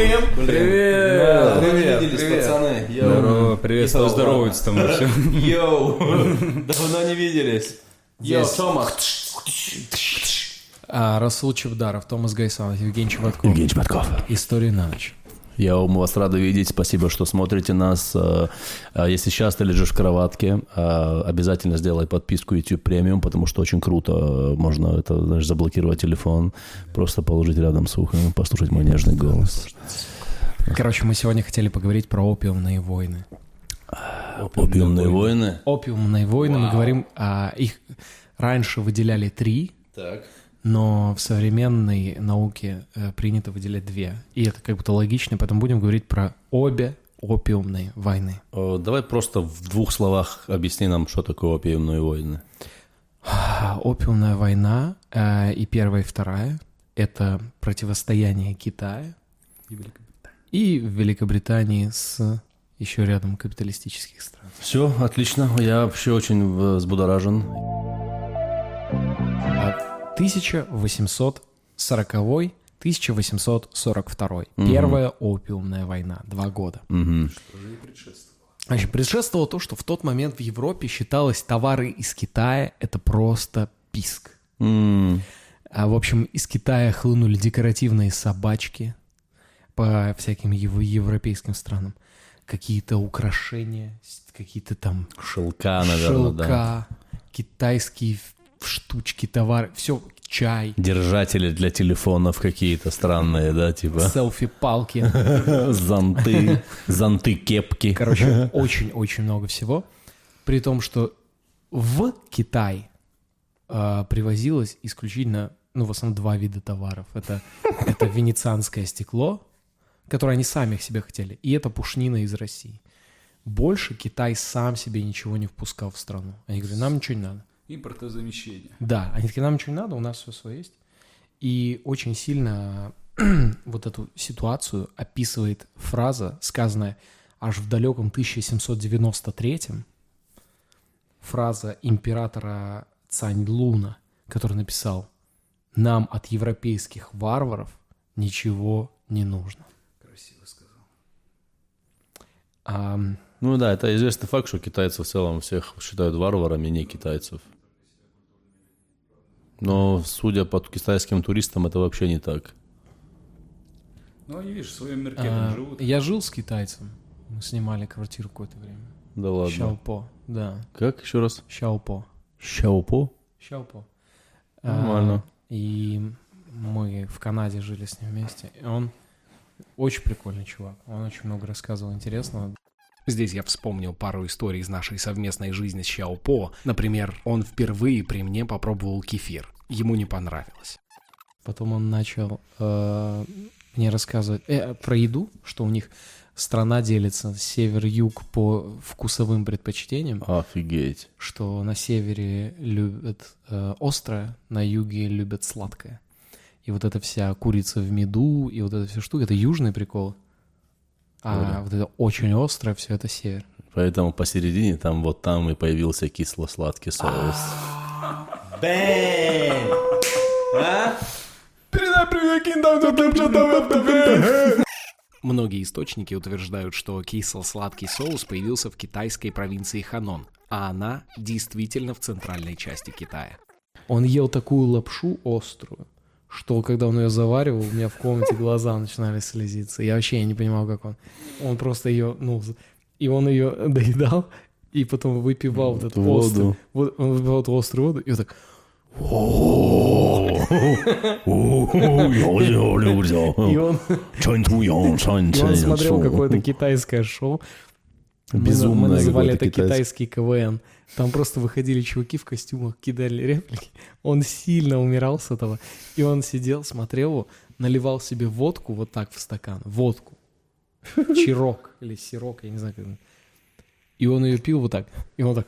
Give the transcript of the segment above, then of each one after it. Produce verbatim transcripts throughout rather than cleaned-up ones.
Всем привет! Да, привет, виделись, привет, пацаны. Йоу. Здорово, приветствую, здороваются там все. Йоу, давно не виделись. Йоу, Томас. А, Расул Чебдаров, Томас Гайсанов, Евгений Чеботков. Евгений Чеботков. История на ночь. Я мы вас рады видеть, спасибо, что смотрите нас. Если сейчас ты лежишь в кроватке, обязательно сделай подписку YouTube Premium, потому что очень круто. Можно это, знаешь, заблокировать телефон, просто положить рядом с ухом, послушать мой нежный голос. Короче, мы сегодня хотели поговорить про опиумные войны. Опиумные, опиумные войны? Опиумные войны, Вау. Мы говорим, а, их раньше выделяли три. Так. Но в современной науке э, принято выделять две. И это как будто логично, поэтому будем говорить про обе опиумные войны. О, давай просто в двух словах объясни нам, что такое опиумные войны. Опиумная война э, и первая, и вторая — это противостояние Китая и Великобритании. И В с еще рядом капиталистических стран. Все, отлично. Я вообще очень взбудоражен. тысяча восемьсот сороковой — тысяча восемьсот сорок второй. Угу. Первая опиумная война. Два года. Угу. Что же ей предшествовало? Значит, предшествовало то, что в тот момент в Европе считалось, товары из Китая — это просто писк. Mm. А, в общем, из Китая хлынули декоративные собачки по всяким ев- европейским странам. Какие-то украшения, какие-то там... Шелка, наверное, шелка, да. китайские штучки, товары, все, чай. Держатели для телефонов какие-то странные, да, типа. Селфи-палки. Зонты, зонты-кепки. Короче, очень-очень много всего. При том, что в Китай э, привозилось исключительно, ну, в основном два вида товаров. Это, это венецианское стекло, которое они сами к себе хотели, и это пушнина из России. Больше Китай сам себе ничего не впускал в страну. Они говорят, нам ничего не надо. Импортозамещение. Да, они такие, нам ничего не надо, у нас все свое есть. И очень сильно вот эту ситуацию описывает фраза, сказанная аж в далеком тысяча семьсот девяносто третьем, фраза императора Цаньлуна, который написал: «Нам от европейских варваров ничего не нужно». Красиво сказал. А, ну да, это известный факт, что китайцы в целом всех считают варварами, не китайцев. Но, судя по китайским туристам, это вообще не так. Ну, они, видишь, в своем мирке а, там живут. Я жил с китайцем. Мы снимали квартиру какое-то время. Да ладно. Сяопо, да. Как еще раз? Сяопо. Сяопо? Сяопо. Нормально. А, и мы в Канаде жили с ним вместе. И он очень прикольный чувак. Он очень много рассказывал интересного. Здесь я вспомнил пару историй из нашей совместной жизни с Сяопо. Например, он впервые при мне попробовал кефир. Ему не понравилось. Потом он начал э, мне рассказывать э, про еду, что у них страна делится север-юг по вкусовым предпочтениям. Офигеть. Что на севере любят э, острое, на юге любят сладкое. И вот эта вся курица в меду, и вот эта вся штука, это южный прикол. А Оля. Вот это очень острое, все это север. Поэтому посередине там вот там и появился кисло-сладкий соус. Бэнг! А? Передай привет, киндам. Многие источники утверждают, что кисло-сладкий соус появился в китайской провинции Ханон, а она действительно в центральной части Китая. Он ел такую лапшу острую, что когда он ее заваривал, у меня в комнате глаза начинали слезиться. Я вообще не понимал, как он. Он просто ее, ну, и он ее доедал, и потом выпивал вот, вот эту воду. острую, вот, он выпивал эту острую воду, и вот так... И он, и он смотрел какое-то китайское шоу. Безумное. Мы называли это китайский КВН. Там просто выходили чуваки в костюмах, кидали реплики. Он сильно умирал с этого. И он сидел, смотрел его, наливал себе водку вот так в стакан. Водку. Чирок или сирок, я не знаю, как это. И он ее пил вот так. И он так...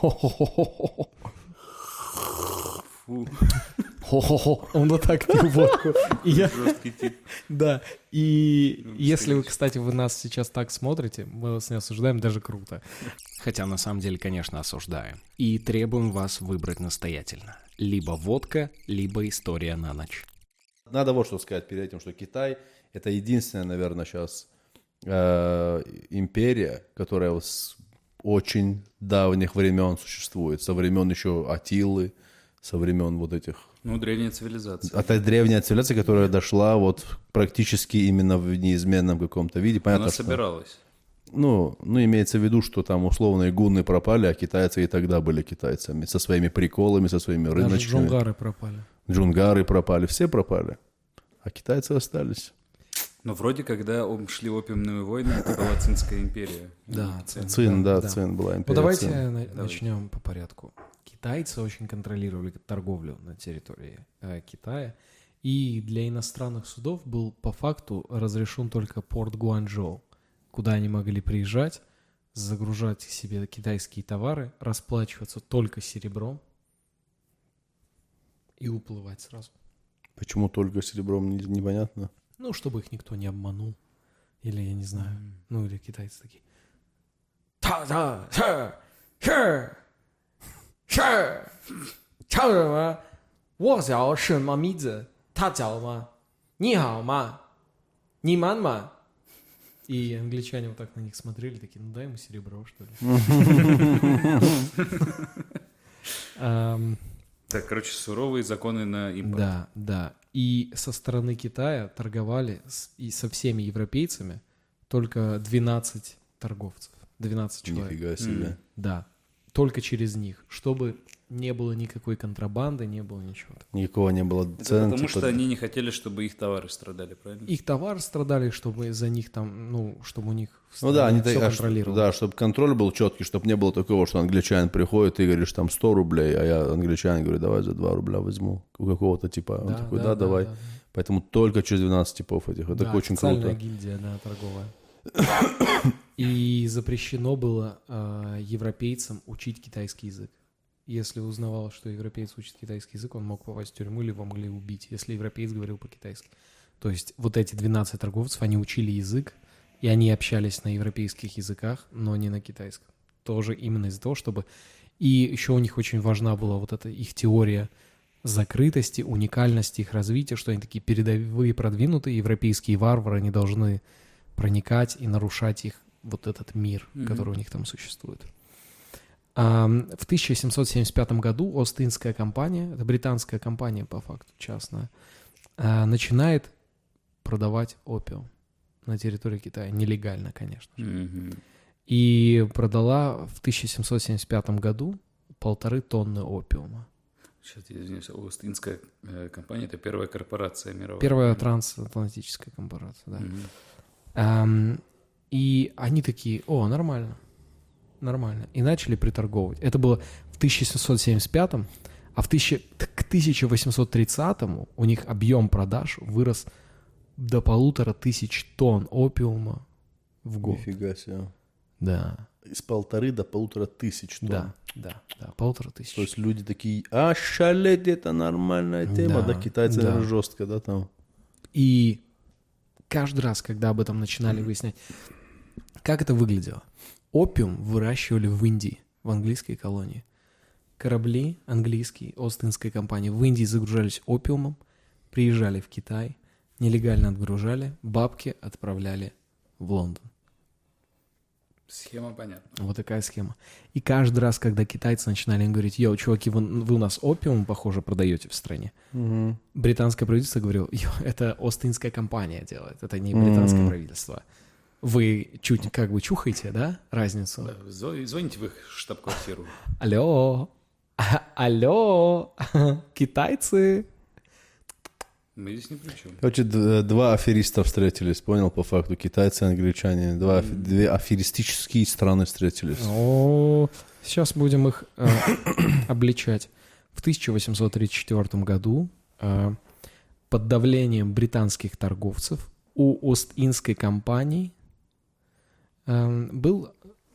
Фу. Хо-хо-хо. Он вот так пил водку. И я... Да. И ну, если вы, кстати, вы нас сейчас так смотрите, мы вас не осуждаем, даже круто. Хотя на самом деле, конечно, осуждаем. И требуем вас выбрать настоятельно. Либо водка, либо история на ночь. Надо вот что сказать перед этим, что Китай это единственная, наверное, сейчас э, империя, которая с очень давних времен существует, со времен еще Аттилы, со времен вот этих... Ну, древняя цивилизация. Это древняя цивилизация, которая дошла вот практически именно в неизменном каком-то виде. Понятно, Она что, собиралась. ну, ну, имеется в виду, что там условные гунны пропали, а китайцы и тогда были китайцами. Со своими приколами, со своими Даже рыночками. джунгары пропали. Джунгары пропали, все пропали. А китайцы остались. Но вроде, когда шли опиумные войны, это была Цинская империя. Да, Цин. Цин, да, да. Цин была Ну, империя. давайте Цин. на- начнем по порядку. Китайцы очень контролировали торговлю на территории э, Китая. И для иностранных судов был по факту разрешен только порт Гуанчжоу, куда они могли приезжать, загружать себе китайские товары, расплачиваться только серебром и уплывать сразу. Почему только серебром, не- непонятно. Ну, чтобы их никто не обманул. Или, я не знаю, ну, или китайцы такие. Та-та, ша, ша, ша, ша,什么？我叫什么名字？他叫吗？你好吗？你man吗？И англичане вот так на них смотрели, такие, ну дай ему серебро, что ли. Ам, Так, короче, суровые законы на импорт. Да, да. И со стороны Китая торговали с- и со всеми европейцами только двенадцать торговцев, двенадцать человек. Нифига себе. Да, только через них, чтобы не было никакой контрабанды, не было ничего. Никакого не было Это цен. потому типа, что они не хотели, чтобы их товары страдали, правильно? Их товары страдали, чтобы за них там, ну, чтобы у них Ну да, они все так- а что- контролировали. да, чтобы контроль был четкий, чтобы не было такого, что англичанин приходит, ты говоришь там сто рублей, а я англичанин говорю, давай за два рубля возьму у какого-то типа. Он Да, такой, да, да, да, давай. да, да. Поэтому только через двенадцать типов этих. Это Да, очень официальная круто. гильдия, да, торговая. И запрещено было э, европейцам учить китайский язык. Если узнавал, что европеец учит китайский язык, он мог попасть в тюрьму или его могли убить, если европеец говорил по-китайски. То есть вот эти двенадцать торговцев, они учили язык, и они общались на европейских языках, но не на китайском. Тоже именно из-за того, чтобы... И еще у них очень важна была вот эта их теория закрытости, уникальности их развития, что они такие передовые, продвинутые европейские варвары, они должны проникать и нарушать их вот этот мир, Мгм. который у них там существует. Ам, В тысяча семьсот семьдесят пятом году Ост-Индская компания, это британская компания по факту, частная, а, начинает продавать опиум на территории Китая, нелегально, конечно же. Мгм. И продала в тысяча семьсот семьдесят пятом году полторы тонны опиума. Сейчас, я извиняюсь, Ост-Индская э, компания — это первая корпорация мировая. Первая трансатлантическая корпорация, да. Мгм. Ам, И они такие, о, нормально, нормально. И начали приторговывать. Это было в тысяча семьсот семьдесят пятом, а в тысяча, к тысяча восемьсот тридцатому у них объем продаж вырос до полутора тысяч тонн опиума в год. Нифига себе. Да, С полторы до полутора тысяч тонн. да, да, да, полутора тысяч. То есть люди такие, а шалеть, это нормальная тема, да, Да, китайцы, да. наверное, жестко, да, там. И каждый раз, когда об этом начинали выяснять, как это выглядело? Опиум выращивали в Индии, в английской колонии. Корабли английские, Ост-Индской компании в Индии загружались опиумом, приезжали в Китай, нелегально отгружали, бабки отправляли в Лондон. Схема понятна. Вот такая схема. И каждый раз, когда китайцы начинали им говорить, йоу, чуваки, вы, вы у нас опиум, похоже, продаете в стране, Угу. британское правительство говорило, йо, это Ост-Индская компания делает, это не британское Мгм. правительство. Вы чуть как бы чухаете, да, разницу? Да, зо- звоните в их штаб-квартиру. Алло, алло, китайцы. Мы здесь ни при чем. Короче, д- два афериста встретились, понял, по факту, китайцы и англичане. Два, аф- две аферистические страны встретились. О, сейчас будем их э, обличать. В тысяча восемьсот тридцать четвёртом году э, под давлением британских торговцев у Ост-Индской компании э, был,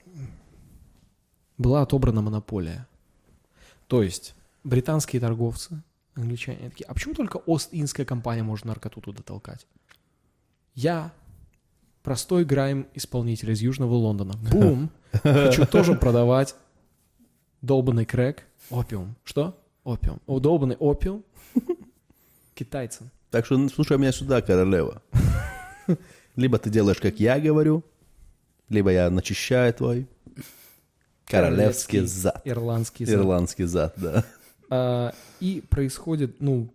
была отобрана монополия. То есть британские торговцы, англичане, они такие, а почему только Ост-Индская компания может наркоту туда толкать? Я, простой грайм-исполнитель из Южного Лондона, бум, хочу тоже продавать долбанный крэк, опиум. Что? Опиум. О, долбанный опиум китайцам. Так что, ну, слушай меня сюда, королева. Либо ты делаешь, как я говорю, либо я начищаю твой королевский зад. Ирландский зад. Ирландский зад, да. А, и происходят, ну,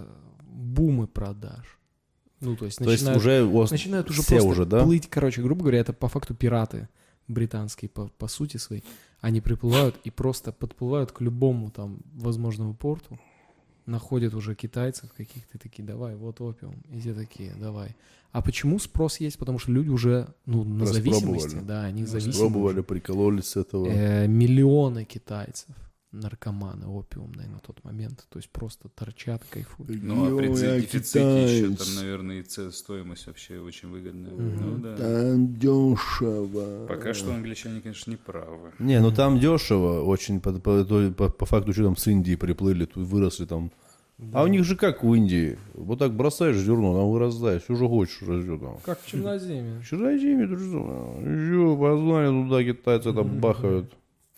бумы продаж. Ну, то есть, То начинают, есть уже, о, начинают уже все просто уже, да? плыть, короче, грубо говоря, это по факту пираты британские, по, по сути своей. Они приплывают и просто подплывают к любому там возможному порту, находят уже китайцев каких-то, такие, давай, вот опиум. И те такие, давай. А почему спрос есть? Потому что люди уже, ну, на зависимости, да, они зависимы. Пробовали, прикололись с этого. Э, миллионы китайцев, наркоманы опиумные на тот момент, то есть просто торчат, кайфуют. Ну, а при Ё, я дефиците еще китаец. там, наверное, и ц- стоимость вообще очень выгодная. Мгм. Ну, да. Там дешево. Пока что англичане, конечно, не правы. Не, ну там дешево очень, по, по, по, по факту, что там с Индии приплыли, тут выросли там. А у них же как в Индии, вот так бросаешь зерно, она вырастает, все же хочешь растет там. Как в Черноземье. Вчера зимой, ты что, еще познали туда китайцы там бахают.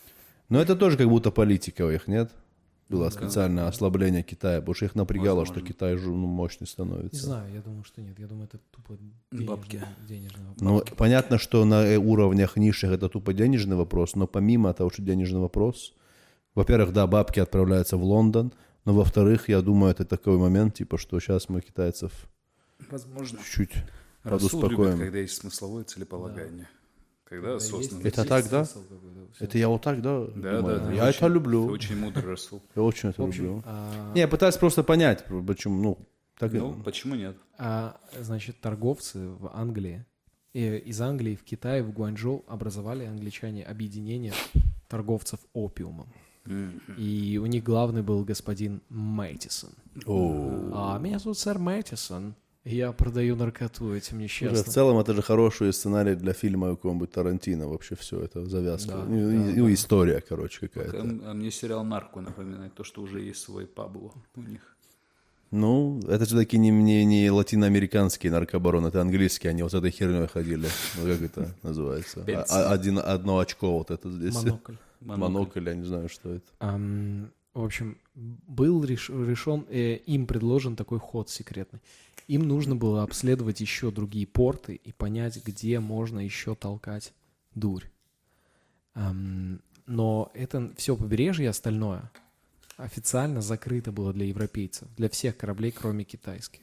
Но это тоже как будто политика у них, нет? Было специальное ослабление Китая, потому что их напрягало, Возможно. что Китай же ну, мощный Не становится. знаю, я думаю, что нет. Я думаю, это тупо денежный, Бабки. денежный вопрос. Ну, понятно, что на э, уровнях низших это тупо денежный вопрос, но помимо того, что денежный вопрос, во-первых, да, бабки отправляются в Лондон, но во-вторых, я думаю, это такой момент, типа, что сейчас мы китайцев Возможно. чуть-чуть Расул любит, подуспокоим. когда есть смысловое целеполагание. Когда Да, осознанно. есть- Это так, есть да? смысл какой-то, всё. Это я вот так, да? Да, думаю? да, ты Я очень- это люблю. Ты очень мудрый, Расул. Я очень это В общем, люблю. а, Не, я пытаюсь просто понять, почему, ну, так и- Ну, почему нет? а, значит, торговцы в Англии, э, из Англии в Китай, в Гуанчжоу образовали англичане объединение торговцев опиумом. М. И у них главный был господин Мэттисон. О. А меня зовут сэр Мэттисон. Я продаю наркоту этим Слушай, в несчастным. целом это же хороший сценарий для фильма какого-нибудь Тарантино, вообще все это завязка. Да, ну, да, и- ну, да. история, короче, какая-то. А, а мне сериал «Нарко» напоминает то, что уже есть свой Пабло у них. Ну, это все-таки не, не, не латиноамериканские наркобароны, это английские, они вот с этой херней ходили. Ну, как это называется? А- Пенси. а- один, одно очко вот это здесь. Монокль. Монокль, я не знаю, что это. Ам, в общем, был реш- решен, э, им предложен такой ход секретный. Им нужно было обследовать еще другие порты и понять, где можно еще толкать дурь. Ам, но это все побережье остальное официально закрыто было для европейцев, для всех кораблей, кроме китайских.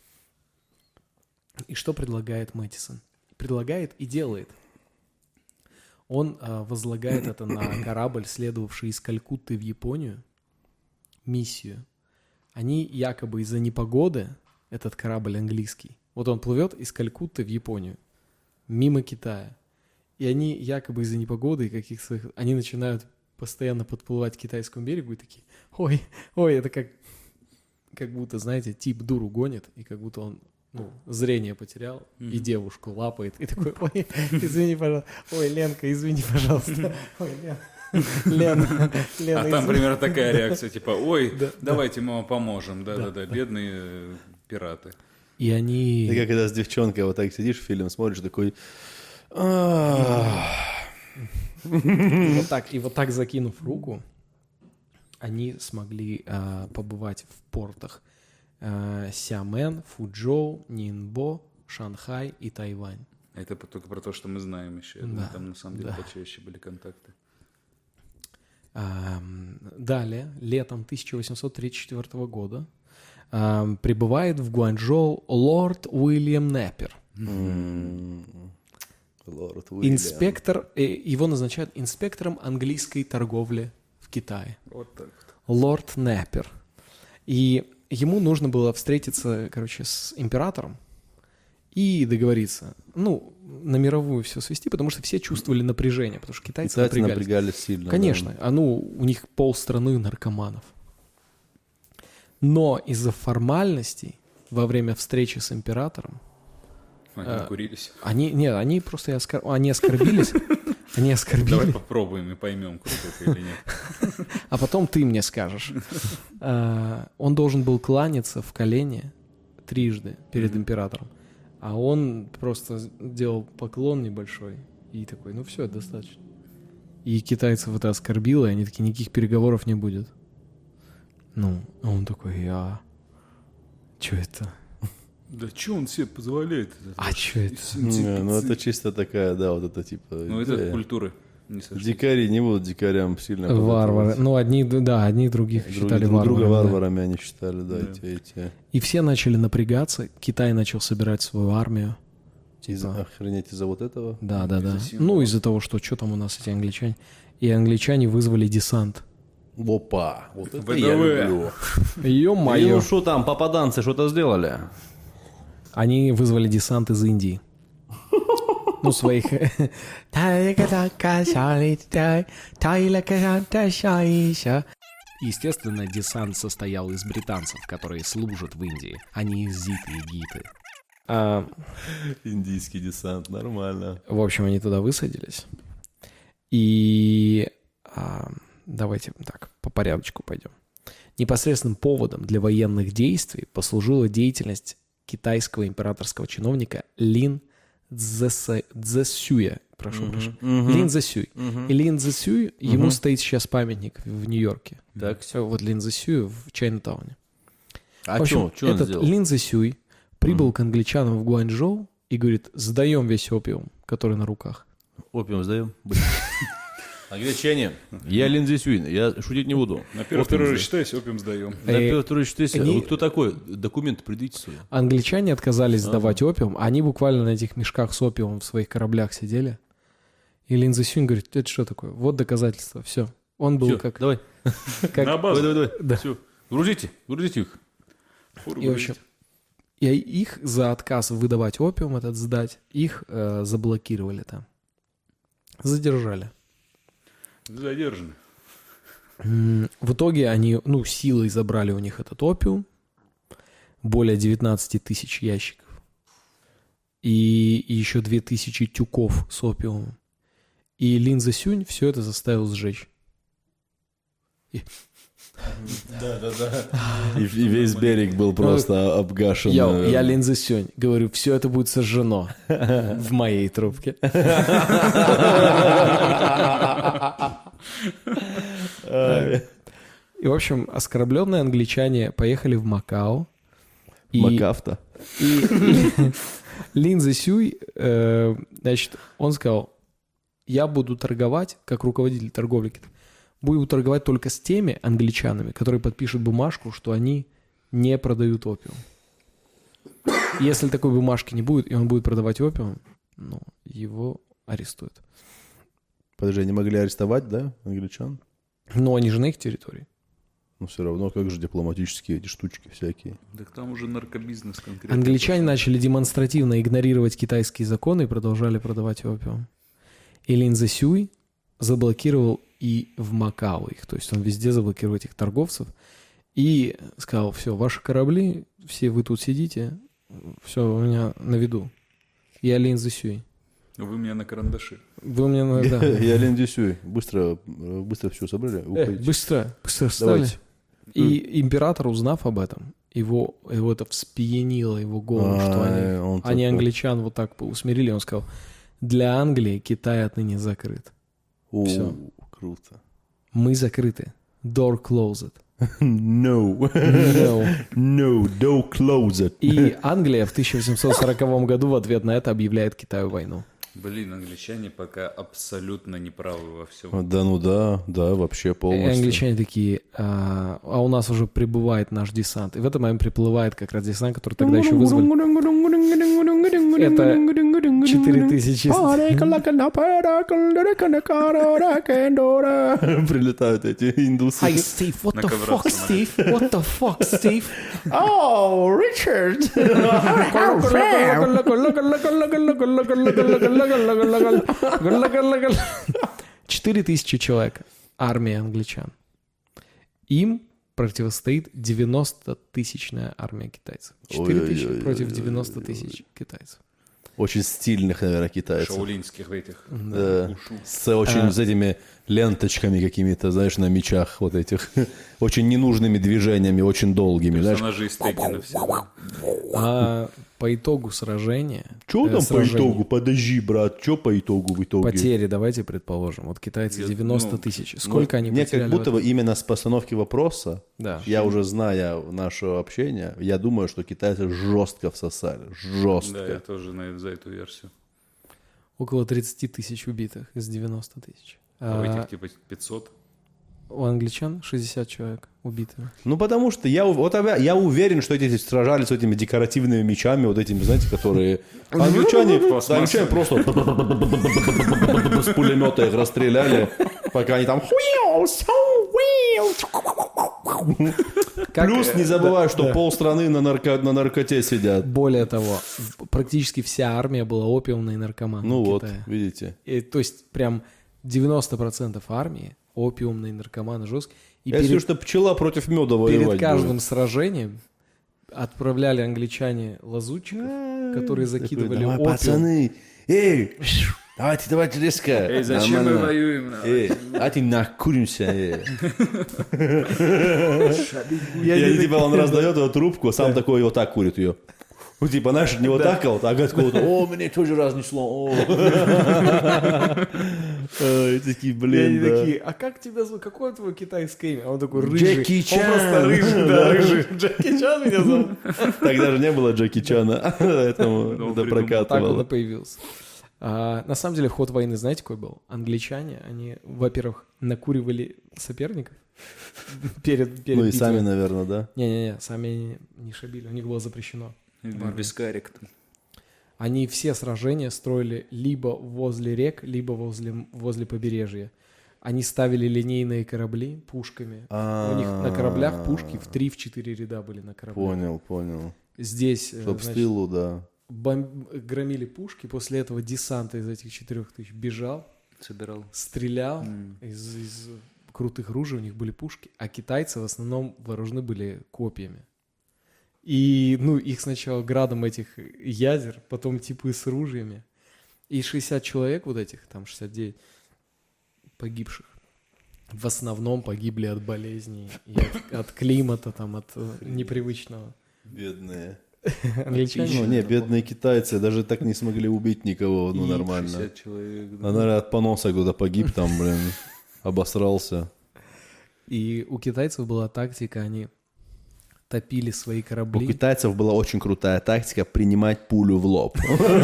И что предлагает Мэттисон? Предлагает и делает. Он а, возлагает это на корабль, следовавший из Калькутты в Японию, миссию. Они якобы из-за непогоды, этот корабль английский, вот он плывет из Калькутты в Японию, мимо Китая. И они якобы из-за непогоды и каких-то своих... Они начинают постоянно подплывать к китайскому берегу и такие, ой, ой, это как, как будто, знаете, тип дуру гонит, и как будто он ну, зрение потерял, и девушку лапает, и такой, ой, извини, пожалуйста, ой, Ленка, извини, пожалуйста, ой, Лен, Лена, Лена, А там извини». примерно такая реакция, типа, ой, Да, давайте мы вам поможем. Да, Да-да-да, да. бедные э, пираты. И они... Ты как когда с девчонкой вот так сидишь, фильм смотришь, такой... «Ах». И вот так, и вот так закинув руку, они смогли а, побывать в портах а, Сямэн, Фуджоу, Нинбо, Шанхай и Тайвань. Это по- только про то, что мы знаем еще. Я Да, думаю, там на самом деле да. почаще были контакты. Ам, Далее, летом тысяча восемьсот тридцать четвёртого года ам, прибывает в Гуанчжоу лорд Уильям Неппер. М, Лорд Уильям. Инспектор, э, его назначают инспектором английской торговли в Китае. Вот так вот. Лорд Неппер. И ему нужно было встретиться, короче, с императором и договориться. Ну, на мировую все свести, потому что все чувствовали напряжение, потому что китайцы, Китайцы напрягались. напрягались сильно. Конечно, а ну, у них полстраны наркоманов. Но из-за формальностей во время встречи с императором Они А, накурились. они, нет, они просто и оскор... они оскорбились, они Давай оскорбили, попробуем и поймем, круто это или нет. а потом ты мне скажешь. А, Он должен был кланяться в колени трижды перед императором, а он просто делал поклон небольшой и такой, ну все, достаточно. И китайцев это оскорбило, и они такие, никаких переговоров не будет. Ну, а он такой, я... Что это? Да что он себе позволяет? А что это? Не, ну это чисто такая, да, вот это типа... Ну это идея. культуры. Не сошлись. Дикари не будут дикарям сильно Варвары. подготовиться. Ну, одни, да, одни других Друг, считали друг друга варварами. да. варварами они считали, да, Да. эти, эти. И все начали напрягаться. Китай начал собирать свою армию. Из, Типа, охренеть из-за вот этого? да, да, да. из-за символа. Ну, из-за того, что что там у нас эти англичане. И англичане вызвали десант. Опа, вот это ВДВ. я люблю. И Ё-моё. ну что там, попаданцы что-то сделали? Они вызвали десант из Индии. Ну, своих... Естественно, десант состоял из британцев, которые служат в Индии, а не из зиты и гиты. А, Индийский десант, нормально. в общем, они туда высадились. И а, давайте так, по порядочку пойдем. Непосредственным поводом для военных действий послужила деятельность китайского императорского чиновника Лин Цзэсэ- Цзэсюя. Прошу прощения. Лин Цзэсюй. И Лин Цзэсюй, ему стоит сейчас памятник в Нью-Йорке. Так. Все, вот Лин Цзэсюю в Чайнатауне. А В общем, что, что он этот сделал? Лин Цзэсюй прибыл к англичанам в Гуанчжоу и говорит, сдаем весь опиум, который на руках. Опиум сдаем? Блин. Англичане, я Линдзи Сюин, я шутить не буду. На первый, второй рассчитайся, опиум сдаем. На первый, второй, четвертый, они- вы кто такой? Документы предъявите свои. Англичане отказались сдавать опиум, они буквально на этих мешках с опиумом в своих кораблях сидели. И Лин Цзэсюнь говорит, это что такое? Вот доказательства, все. Он был Всё, как... давай, как- На базу. давай, давай, давай. Да. Все, грузите, грузите их. Фуру И, в общем, и их за отказ выдавать опиум этот сдать, их э, заблокировали там. Задержали. задержаны. М, В итоге они, ну, силой забрали у них этот опиум. Более девятнадцать тысяч ящиков. И, и еще две тысячи тюков с опиумом. И Лин Цзэсюнь все это заставил сжечь. И, и весь берег был просто обгашен. Я, э, я Лин Цзэсюнь. Говорю, все это будет сожжено в моей трубке. И, в общем, оскорбленные англичане поехали в Макао. И, Макафта. и Лин Цзэсюй, э, значит, он сказал, я буду торговать, как руководитель торговли, буду торговать только с теми англичанами, которые подпишут бумажку, что они не продают опиум. Если такой бумажки не будет, и он будет продавать опиум, ну, его арестуют. Подожди, они могли арестовать, да, англичан? Но они же на их территории. Но все равно, как же дипломатические эти штучки всякие. Так там уже наркобизнес конкретно. Англичане начали демонстративно игнорировать китайские законы и продолжали продавать опиум. И Лин Цзэсюй заблокировал и в Макао их. То есть он везде заблокировал этих торговцев. И сказал, все, ваши корабли, все вы тут сидите, все у меня на виду. Я Лин Цзэсюй. Вы меня на карандаше. Вы у меня на... да. Я Линдзи Сюй. Быстро, быстро все собрали. Э, Уходите. быстро, быстро встали. Давайте. И император, узнав об этом, его, его это вспьянило, его голову, что Ай, они, он они такой. англичан вот так усмирили. Он сказал, для Англии Китай отныне закрыт. О, всё. круто. Мы закрыты. Door closed. No. No. No, don't close it. И Англия в тысяча восемьсот сороковом году в ответ на это объявляет Китаю войну. Блин, англичане пока абсолютно неправы во всем. Да, ну да, да, вообще И полностью. англичане такие, а, а у нас уже прибывает наш десант. И в этот момент приплывает как раз десант, который тогда еще вызвали. Это четыре тысячи... Прилетают эти индусы. Hi, Steve, what На the коврах fuck, самолет. Steve? What the fuck, Steve? Oh, Richard! Четыре тысячи человек. Армия англичан. Им противостоит девяностотысячная армия китайцев. Четыре тысячи Ой-ой-ой-ой-ой-ой. против девяноста тысяч китайцев. Очень стильных, наверное, китайцев. Шаулинских этих. Да. Ушу. С очень А. с этими ленточками какими-то, знаешь, на мечах вот этих, очень ненужными движениями, очень долгими, знаешь. Персонажи из Теккена все. Да? А по итогу сражения... Что э, там по сражений, итогу? Подожди, брат, что по итогу в итоге? Потери, давайте предположим. Вот китайцы Я- девяносто ну, тысяч. Сколько они Мне потеряли? как будто в бы этом? именно с постановки вопроса, Да. я уже зная наше общение, я думаю, что китайцы жестко всосали, жестко. Да, я тоже на, за эту версию. Около тридцать тысяч убитых из девяноста тысяч. А у А этих типа пятьсот. у англичан шестьдесят человек убитыми. Ну, потому что я, ув- вот, я- я уверен, что эти сражались с этими декоративными мечами, вот этими, знаете, которые... Англичане, да, англичане просто с пулемета их расстреляли, пока они там... Как, Плюс э, не забывай, да, что да. полстраны на, нарко... на наркоте сидят. Более того, практически вся армия была опиумной наркоманной Ну вот, Китая. видите. И, то есть прям девяносто процентов армии опиумные наркоманы жесткие. И Если перед, что пчела против меда воевать перед будет. каждым сражением отправляли англичане лазутчиков, которые закидывали Давай, опиум. пацаны, эй, давайте, давайте резко. Эй, зачем мы Нормально. воюем? Эй, давайте накуримся. Эй. Я И не они, типа, он раздает эту трубку, а сам такой вот так курит ее. Ну, типа, знаешь, не вот так, а вот так, а откуда-то, о, меня тоже разнесло, о. Ой, такие, И они блин, да. такие, а как тебя зовут? Какое твое китайское имя? А он такой, рыжий. Джеки Он Чан. просто рыжий, да, рыжий. Джеки Чан меня зовут. Тогда же не было Джеки Чана, поэтому Ну, это придумал. Так он и прокатывало. появился. А, на самом деле ход войны, знаете, какой был? Англичане, они, во-первых, накуривали соперников перед, перед Ну и битвой. сами, наверное, да? Не-не-не, сами они не шабили, у них было запрещено. Вискарик. Они все сражения строили либо возле рек, либо возле, возле побережья. Они ставили линейные корабли пушками. У них на кораблях пушки в три-четыре ряда были на кораблях. Понял, понял. Здесь э, Чтоб с значит, тылу, да. бом- громили пушки, после этого десант из этих четырех тысяч бежал, Собирал. стрелял, М. из, из крутых ружей у них были пушки, а китайцы в основном вооружены были копьями. И, ну, их сначала градом этих ядер, потом типы с ружьями. И шестьдесят человек вот этих, там шестьдесят девять погибших, в основном погибли от болезней, и от, от климата, там, от э, непривычного. Бедные. Англичане. Ну, не, бедные китайцы даже так не смогли убить никого, ну, И нормально. шестьдесят человек. да. А, наверное, от поноса кто-то погиб там, блин, обосрался. И у китайцев была тактика, они топили свои У корабли. китайцев была очень крутая тактика принимать пулю в лоб.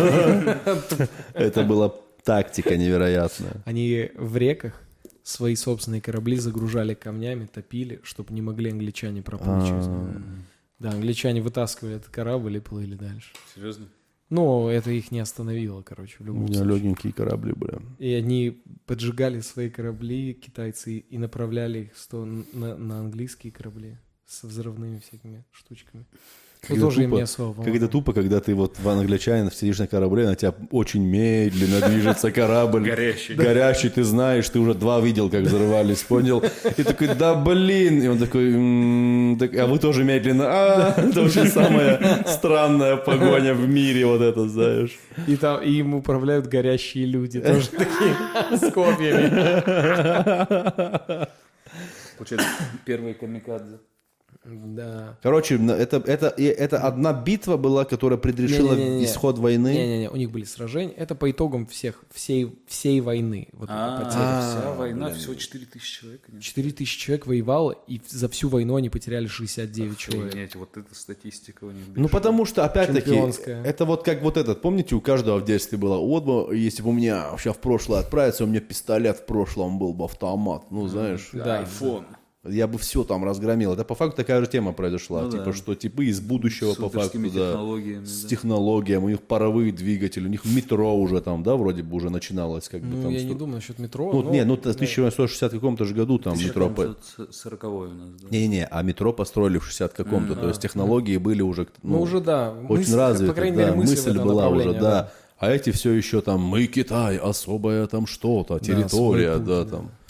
Это была тактика невероятная. Они в реках свои собственные корабли загружали камнями, топили, чтобы не могли англичане проплыть через него. Да, англичане вытаскивали этот корабль и плыли дальше. Серьезно? Но это их не остановило, короче, в У любом меня случае. легенькие корабли были. И они поджигали свои корабли, китайцы, и направляли их в сто- на, на английские корабли со взрывными всякими штучками. Ну, Когда тоже им тупо- не особо Как это помогло. тупо, когда ты вот в англичанин сидишь на корабле, на тебя очень медленно движется корабль. Горящий. Горящий, ты знаешь, ты уже два видел, как взрывались, понял? И такой, да блин. И он такой, «М, так, а вы тоже медленно. А, это очень самая странная погоня в мире, вот это, знаешь. И, там, и им управляют горящие люди, тоже такие с копьями. Получается, первые камикадзе. Да. Короче, на- это, это, и это одна битва была, которая предрешила Не-не-не-не. исход войны. Не-не-не, у них были сражения. Это по итогам всех, всей, всей войны. Вот эта А, потеря. вся война, всего четыре тысячи человек. конечно. четыре тысячи человек воевало, и за всю войну они потеряли шестьдесят девять человек. Охренеть, вот эта статистика у них. Ну, бешеная. потому что, опять-таки, Чемпионская. это вот как вот этот, помните, у каждого в детстве было, вот бы, если бы у меня сейчас в прошлое отправиться, у меня пистолет в прошлом был бы автомат, ну, знаешь, Да, Айфон. я бы все там разгромил. Это по факту такая же тема произошла, Ну типа, да. что типы из будущего, по факту, Суперскими да, технологиями. с да. технологиями, у них паровые двигатели, у них метро уже там, да, вроде бы уже начиналось, как бы Ну, там. я что- не думаю насчет метро. Ну, но- не, ну, в тысяча восемьсот шестидесятом каком-то же году там метро... по- тысяча девятьсот сороковой у нас, да. Не-не, а метро построили в шестидесятом каком-то, то есть технологии были уже... Ну, уже да. Очень мысль, развиты, по крайней да, мере, мысль, в мысль это была уже, направление, да. А эти все еще там, мы Китай, особая там что-то, территория, свой путь, да, да. там.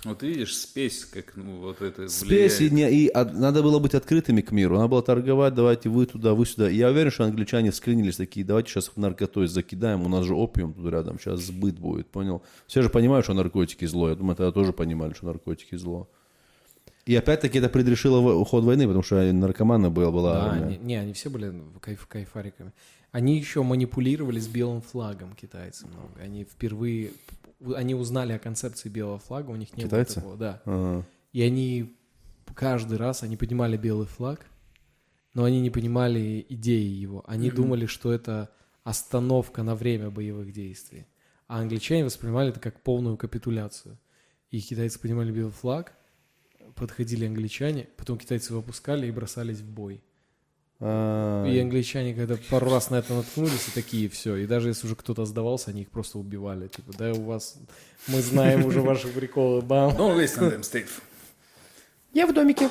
Вот видишь, спесь, как ну, вот это Спесь, и, не, и от, надо было быть открытыми к миру. Надо было торговать, давайте вы туда, вы сюда. И я уверен, что англичане вскрынились такие, давайте сейчас наркотой закидаем, у нас же опиум тут рядом, сейчас сбыт будет, понял? Все же понимают, что наркотики зло. Я думаю, тогда тоже понимали, что наркотики зло. И опять-таки это предрешило уход войны, потому что наркомана была, была Да, армия. они, не, они все были кайф, кайфариками. Они еще манипулировали с белым флагом, китайцы много. Они впервые, они узнали о концепции белого флага, у них не Китайцы? было такого. Да. Ага. И они каждый раз, они поднимали белый флаг, но они не понимали идеи его. Они mm-hmm. думали, что это остановка на время боевых действий. А англичане воспринимали это как полную капитуляцию. И китайцы поднимали белый флаг, подходили англичане, потом китайцы его опускали и бросались в бой. А-а-а. И англичане, когда пару раз на это наткнулись, и такие, все. И даже если уже кто-то сдавался, они их просто убивали. Типа, да, у вас... Мы знаем уже ваши приколы, бам. No listen them, Steve. Я в домике.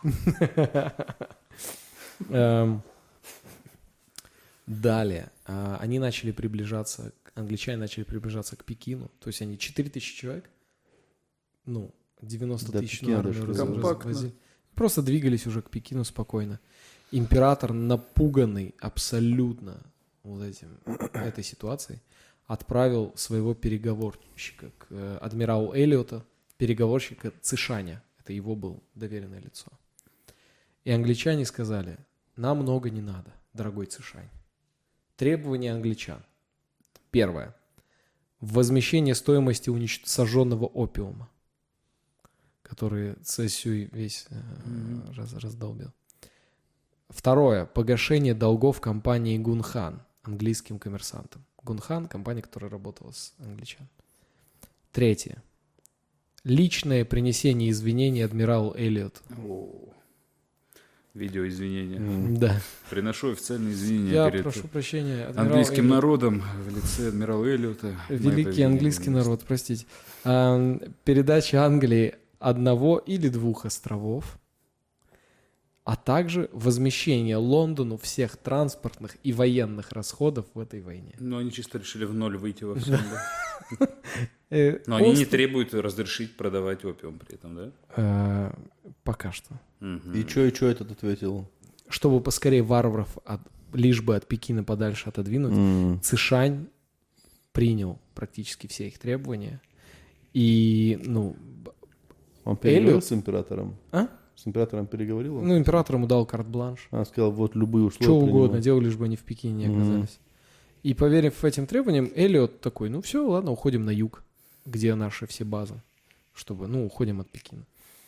Далее. Они начали приближаться, англичане начали приближаться к Пекину. То есть они четыре тысячи человек, ну, девяносто тысяч на армию развозили. Просто двигались уже к Пекину спокойно. Император, напуганный абсолютно вот этим, этой ситуацией, отправил своего переговорщика к э, адмиралу Эллиота, переговорщика Цишаня. Это его был доверенное лицо. И англичане сказали, нам много не надо, дорогой Цишань. Требования англичан. Первое. Возмещение стоимости унич... сожженного опиума, который Цэсюй весь э, mm-hmm. раз, раздолбил. Второе. Погашение долгов компании Гунхан, английским коммерсантам. Гунхан – компания, которая работала с англичан. Третье. Личное принесение извинений адмиралу Эллиоту. О, видео извинения. Mm. Да. Приношу официальные извинения Я перед прошу прощения. Адмирал английским Эллиот. народом в лице адмирала Эллиота. Великий английский народ, простите. А, передача Англии одного или двух островов, а также возмещение Лондону всех транспортных и военных расходов в этой войне. Ну, они чисто решили в ноль выйти во всем, да? Э, Но они не остров- требуют разрешить продавать опиум при этом, да? Э, Пока что. Мгм. И что, и что этот ответил? Чтобы поскорее варваров от- лишь бы от Пекина подальше отодвинуть, М. Цишань принял практически все их требования. И, ну, б- Он переговорил Эллиот? с императором? а? С императором переговорил он? Ну, император ему дал карт-бланш. А, сказал, вот любые условия Что принимаю. угодно, делали, лишь бы они в Пекине не оказались. И поверив этим требованиям, Эллиот такой, ну все, ладно, уходим на юг, где наши все базы, чтобы, ну, уходим от Пекина.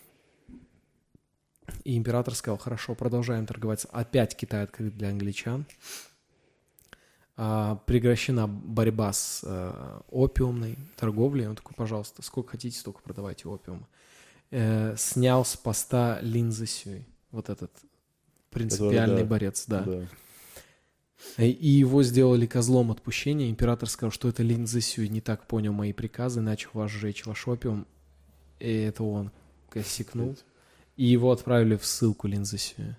И император сказал, хорошо, продолжаем торговать. Опять Китай открыт для англичан. А, прекращена борьба с э, опиумной торговлей. Он такой, пожалуйста, сколько хотите, столько продавайте опиума. Э, снял с поста Лин Цзэсюй, вот этот принципиальный да. борец, да. Да. И его сделали козлом отпущения. Император сказал, что это Лин Цзэсюй не так понял мои приказы, начал вас сжечь ваш опиум. И это он косякнул. И его отправили в ссылку Лин Цзэсюя.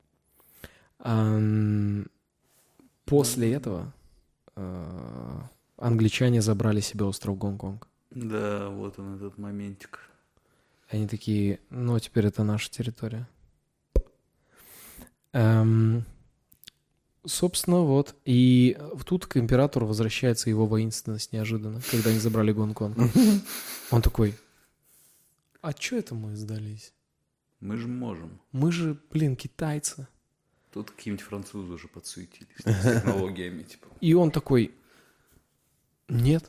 Ам, После этого э, англичане забрали себе остров Гонконг. Да, вот он этот моментик. Они такие, ну, теперь это наша территория. Эм, собственно, вот. И тут к императору возвращается его воинственность неожиданно, когда они забрали Гонконг. Он такой, а чё это мы сдались? Мы же можем. Мы же, блин, китайцы. Тут какие-нибудь французы уже подсуетились с технологиями, типа. И он такой, нет.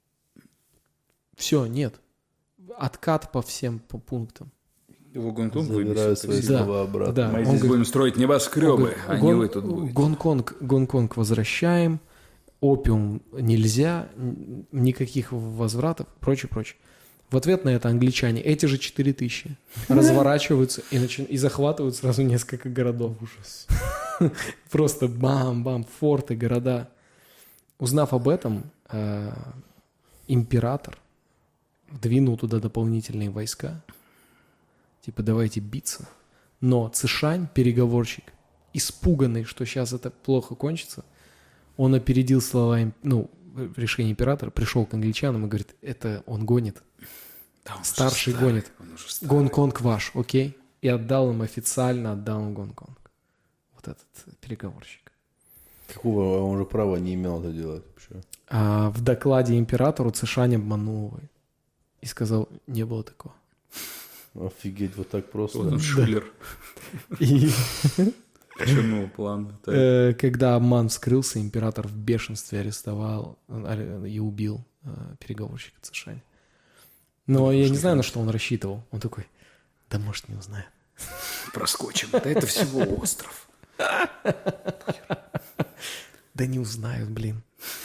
Все, нет. Откат по всем по пунктам. Его Гонконг Забираю выбесил. свои Да, слова обратно. да. Мы Он здесь говорит- будем строить небоскребы, Он говорит, а не «Гон- вы тут будете. Гонконг, Гонконг возвращаем, опиум нельзя, н- никаких возвратов, прочее, прочее. В ответ на это англичане, эти же четыре тысячи, разворачиваются и, начи- и захватывают сразу несколько городов. Ужас. Просто бам-бам, форты, города. Узнав об этом, э, император двинул туда дополнительные войска. Типа, давайте биться. Но Цишань, переговорщик, испуганный, что сейчас это плохо кончится, он опередил слова, им- ну, решение императора, пришел к англичанам и говорит, это он гонит. Да, он Старший уже старый, гонит. он уже старый. Гонконг ваш, окей? И отдал им официально, отдал им Гонконг. Вот этот переговорщик. Какого он уже права не имел это делать вообще? А в докладе императору Цишань обманул его и сказал, не было такого. Офигеть, вот так просто. Вот он шулер. И Почему план? э, когда обман вскрылся, император в бешенстве арестовал э, и убил э, переговорщика Цишань. Но я не знаю, на что он рассчитывал. Он такой, да может не узнает. Проскочим. Да это всего остров. Да не узнают, блин.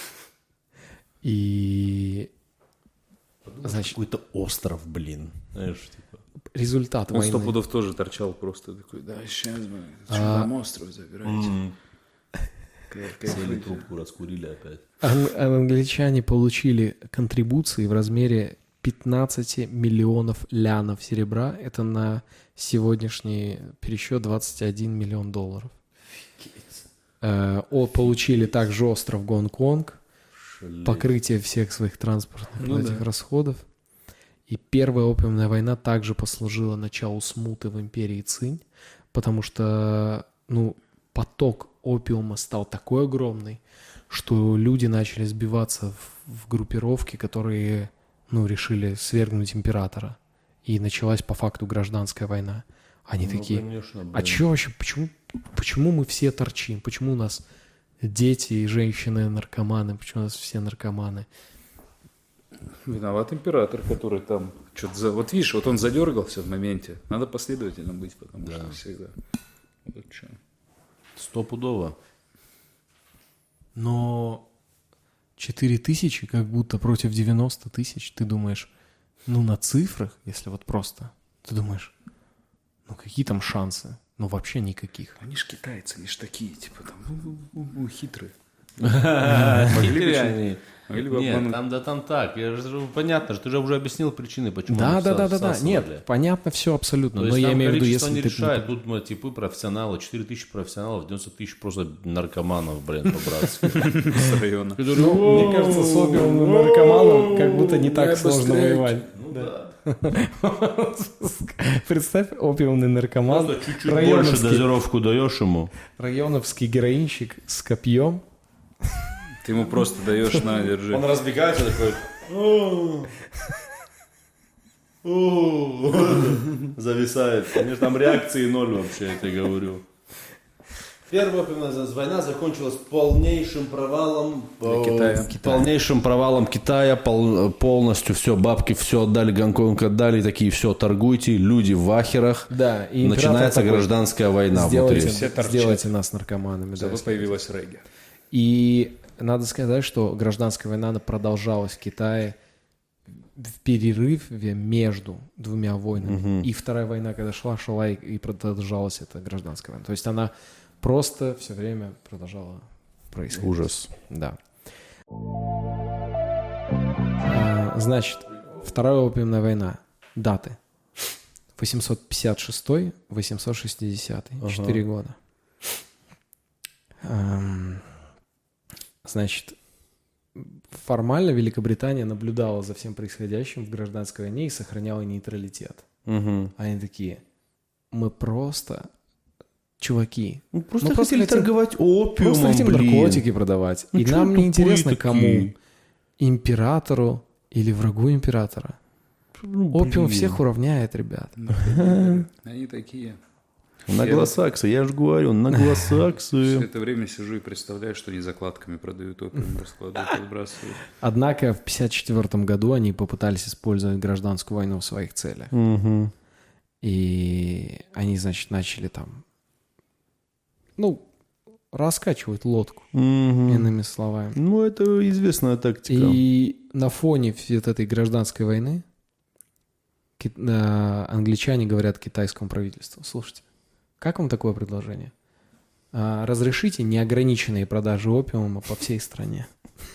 И значит, Какой-то остров, блин. Знаешь, типа. результат Он сто войны. пудов тоже торчал просто такой, да, сейчас мы А. там остров забираете. Кайф- Сели кайфуйте. трубку, раскурили опять. Ан- Англичане получили контрибуции в размере пятнадцать миллионов лянов серебра. Это на сегодняшний пересчет двадцать один миллион долларов. Э, О, получили также остров Гонконг, покрытие всех своих транспортных Ну этих да. расходов. И Первая опиумная война также послужила началу смуты в империи Цинь, потому что, ну, поток опиума стал такой огромный, что люди начали сбиваться в, в группировки, которые, ну, решили свергнуть императора. И началась по факту гражданская война. Они Ну, такие, конечно, блин. а чё вообще, почему, почему мы все торчим? Почему у нас дети и женщины наркоманы? Почему у нас все наркоманы? Виноват император, который там что-то за... Вот видишь, вот он задергался в моменте. Надо последовательно быть, потому что всегда. Вот что. Стопудово. Но четыре тысячи как будто против девяносто тысяч. Ты думаешь, ну на цифрах, если вот просто, ты думаешь, ну какие там шансы? Ну вообще никаких. Они ж китайцы, они ж такие, типа там, ну, ну, ну, хитрые. Хитрые они. Могли бы Нет, обмануть. там да там так. Я же понятно, что ты же уже объяснил причины, почему. Да, они да, вса- да, да, да. всасывали. Нет, понятно все абсолютно. То Но есть я там имею в виду, количество если не ты... решает. Тут мы типы профессионалы, четыре тысячи профессионалов, девяносто тысяч просто наркоманов, блин, по-братски. С района. Ну, мне кажется, с опиумным наркоманом как будто не так Я сложно быстрее. воевать. Ну да. Представь, опиумный наркоман, Просто чуть-чуть больше районовский, дозировку даешь ему. районовский героинщик с копьем. Ты ему просто даешь на, держи. Он разбегается такой. Зависает. Конечно, там реакции ноль вообще, я тебе говорю. Первая опиумная война закончилась полнейшим провалом Для Китая. э, полнейшим провалом Китая, пол- полностью все, бабки все отдали, Гонконг отдали, такие все, торгуйте, люди в ахерах. Да, и император Начинается такой, гражданская война сделайте, внутри. Все торчат. сделайте нас наркоманами. да, Зато если- появилась регги. И надо сказать, что гражданская война она продолжалась в Китае в перерыве между двумя войнами. И Вторая война, когда шла, шла и, и продолжалась эта гражданская война. То есть она просто все время продолжала происходить. Ужас. Да. А, значит, Вторая опиумная война. Даты. восемьсот пятьдесят шестой — восемьсот шестидесятый. Ага. Четыре года. Эм, Значит, формально Великобритания наблюдала за всем происходящим в гражданской войне и сохраняла нейтралитет. Мгм. Они такие, мы просто, чуваки, Ну, просто Мы просто хотели хотим- торговать опиумом, просто хотим блин. наркотики продавать. Ну, и чё нам не тупые интересно, такие? кому. Императору или врагу императора. Ну, Опиум блин. всех уравняет, ребят. Они такие. Наглосаксы, я же говорю, Все наглосаксы. это время сижу и представляю, что они закладками продают опиум, раскладывают, отбрасывают. Однако в пятьдесят четвёртом году они попытались использовать гражданскую войну в своих целях. Мгм. И они, значит, начали там, ну, раскачивать лодку, Мгм. иными словами. Ну, это известная тактика. И на фоне вот этой гражданской войны ки- э, англичане говорят китайскому правительству: слушайте, как вам такое предложение? А, разрешите неограниченные продажи опиума по всей стране.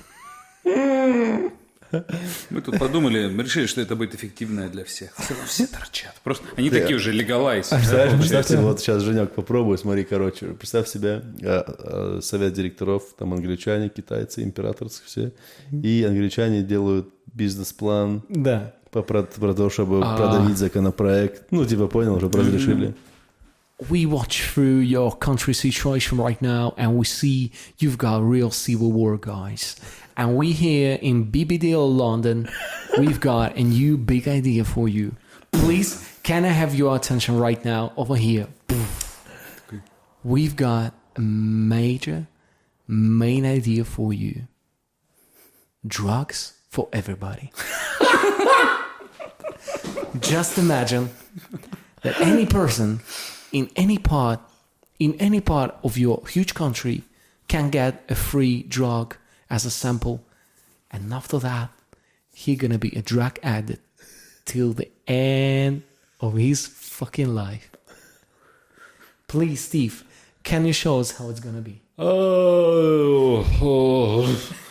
Мы тут подумали, мы решили, что это будет эффективно для всех. Все, все торчат. Просто они такие уже легалайз. Представляешь, представь себе, вот сейчас, Женек, попробуй, смотри, короче, представь себе э, э, совет директоров, там англичане, китайцы, императорцы все, и англичане делают бизнес-план Да. По, про, про то, чтобы А. продавить законопроект. Ну, типа, понял, чтобы разрешили. We watch through your country situation right now, and we see you've got real civil war, guys. And we here in B B D L London, we've got a new big idea for you. Please, can I have your attention right now over here? We've got a major, main idea for you. Drugs for everybody. Just imagine that any person in any part, in any part of your huge country can get a free drug as a sample. And after that, he gonna be a drug addict till the end of his fucking life. Please, Steve, can you show us how it's gonna be? Oh, oh.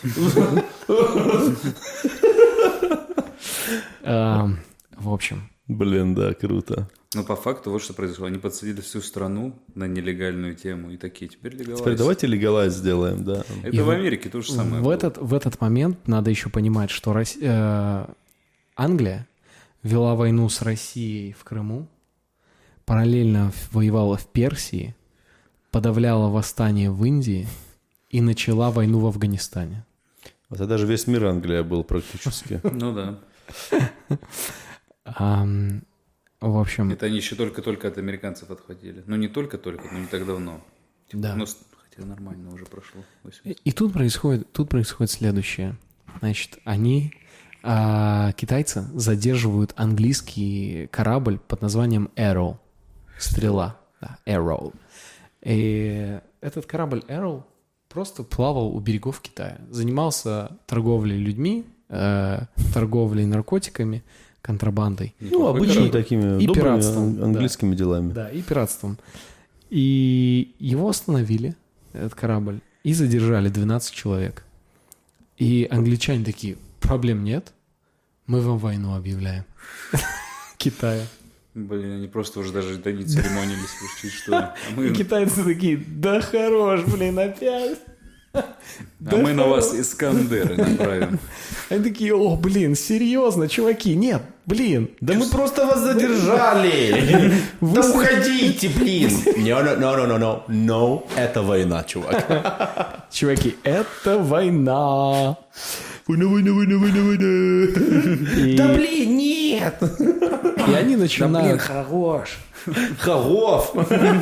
Um, в общем. Блин, да, круто. Но по факту вот что произошло. Они подсадили всю страну на нелегальную тему и такие, теперь легалайз. Теперь давайте легалайз сделаем, да. Это и в Америке то же самое В было. этот, в этот момент надо еще понимать, что Рос... э, Англия вела войну с Россией в Крыму, параллельно воевала в Персии, подавляла восстание в Индии и начала войну в Афганистане. Это даже весь мир Англия был практически. Ну да. Ам, в общем, Это они еще только-только от американцев отхватили. Ну не только-только, но не так давно. Типа, да. ну, хотя нормально уже прошло. И, и тут происходит, тут происходит следующее. Значит, они, а, китайцы, задерживают английский корабль под названием Arrow. Стрела. Да, Arrow. И этот корабль Arrow просто плавал у берегов Китая. Занимался торговлей людьми, э, торговлей наркотиками, контрабандой. Ну, обычными И- такими и добрыми пиратством, ан- английскими делами. Да, и пиратством. И его остановили, этот корабль, и задержали двенадцать человек. И англичане такие, проблем нет, мы вам войну объявляем. Китая. Блин, они просто уже даже да не церемонились, уж чуть что. А мы, И китайцы такие, да хорош, блин, опять. а мы на вас Искандеры направим. Они такие, о, блин, серьезно, чуваки, нет, блин. Да мы просто вас задержали! Да уходите, блин! No, no, no, no, no, no, это война, чувак. Чуваки, это война. Война, война, война, война, война. И, Да блин, нет! и они начинают... хорош. Хоров!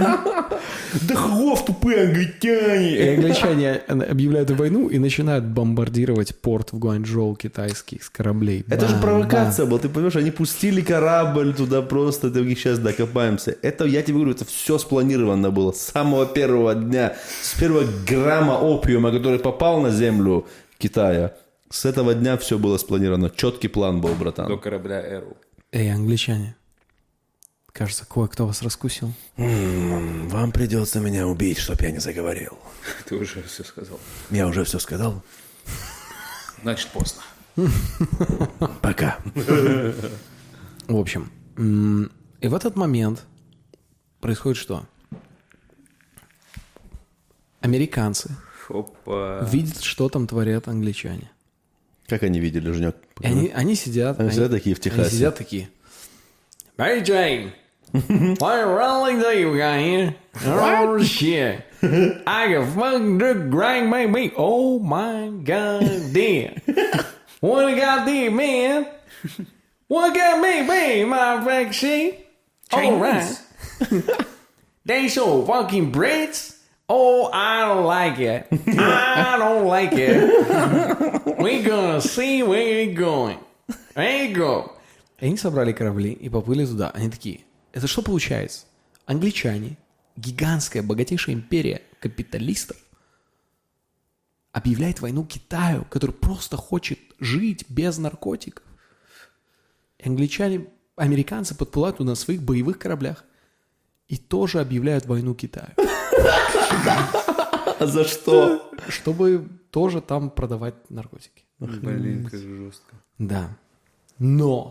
Да хоров, тупые И англичане! англичане объявляют войну и начинают бомбардировать порт в Гуанчжоу китайский с кораблей. Это же Бам, провокация была, ты понимаешь, они пустили корабль туда просто, ты сейчас докопаемся. Это, я тебе говорю, это все спланировано было с самого первого дня, с первого грамма опиума, который попал на землю Китая. С этого дня все было спланировано, четкий план был, До братан. корабля Эру. бам. Эй, англичане, кажется, кое-кто вас раскусил. М-м, вам придется меня убить, чтоб я не заговорил. Ты уже все сказал. Я уже все сказал. Значит, поздно. Пока. В общем, м, и в этот момент происходит что? Американцы Опа. видят, что там творят англичане. Как они видели, Женек? И они, они сидят... Они сидят такие в Техасе. Они сидят такие. Mary Jane, what a rolling day you got here. Oh, shit. I can fucking drink grind baby. Oh, my God damn. What got there, man? What got me, baby, my fucking shit? All right. They so fucking Brits. Oh, I don't like it. I don't like it. We're gonna see where we're going. There you go. И они собрали корабли и поплыли туда. Они такие, это что получается? Англичане, гигантская, богатейшая империя капиталистов, объявляет войну Китаю, который просто хочет жить без наркотиков. И англичане, американцы подплывают туда на своих боевых кораблях и тоже объявляют войну Китаю. А за что? Чтобы тоже там продавать наркотики. Блин, как жестко. Да. Но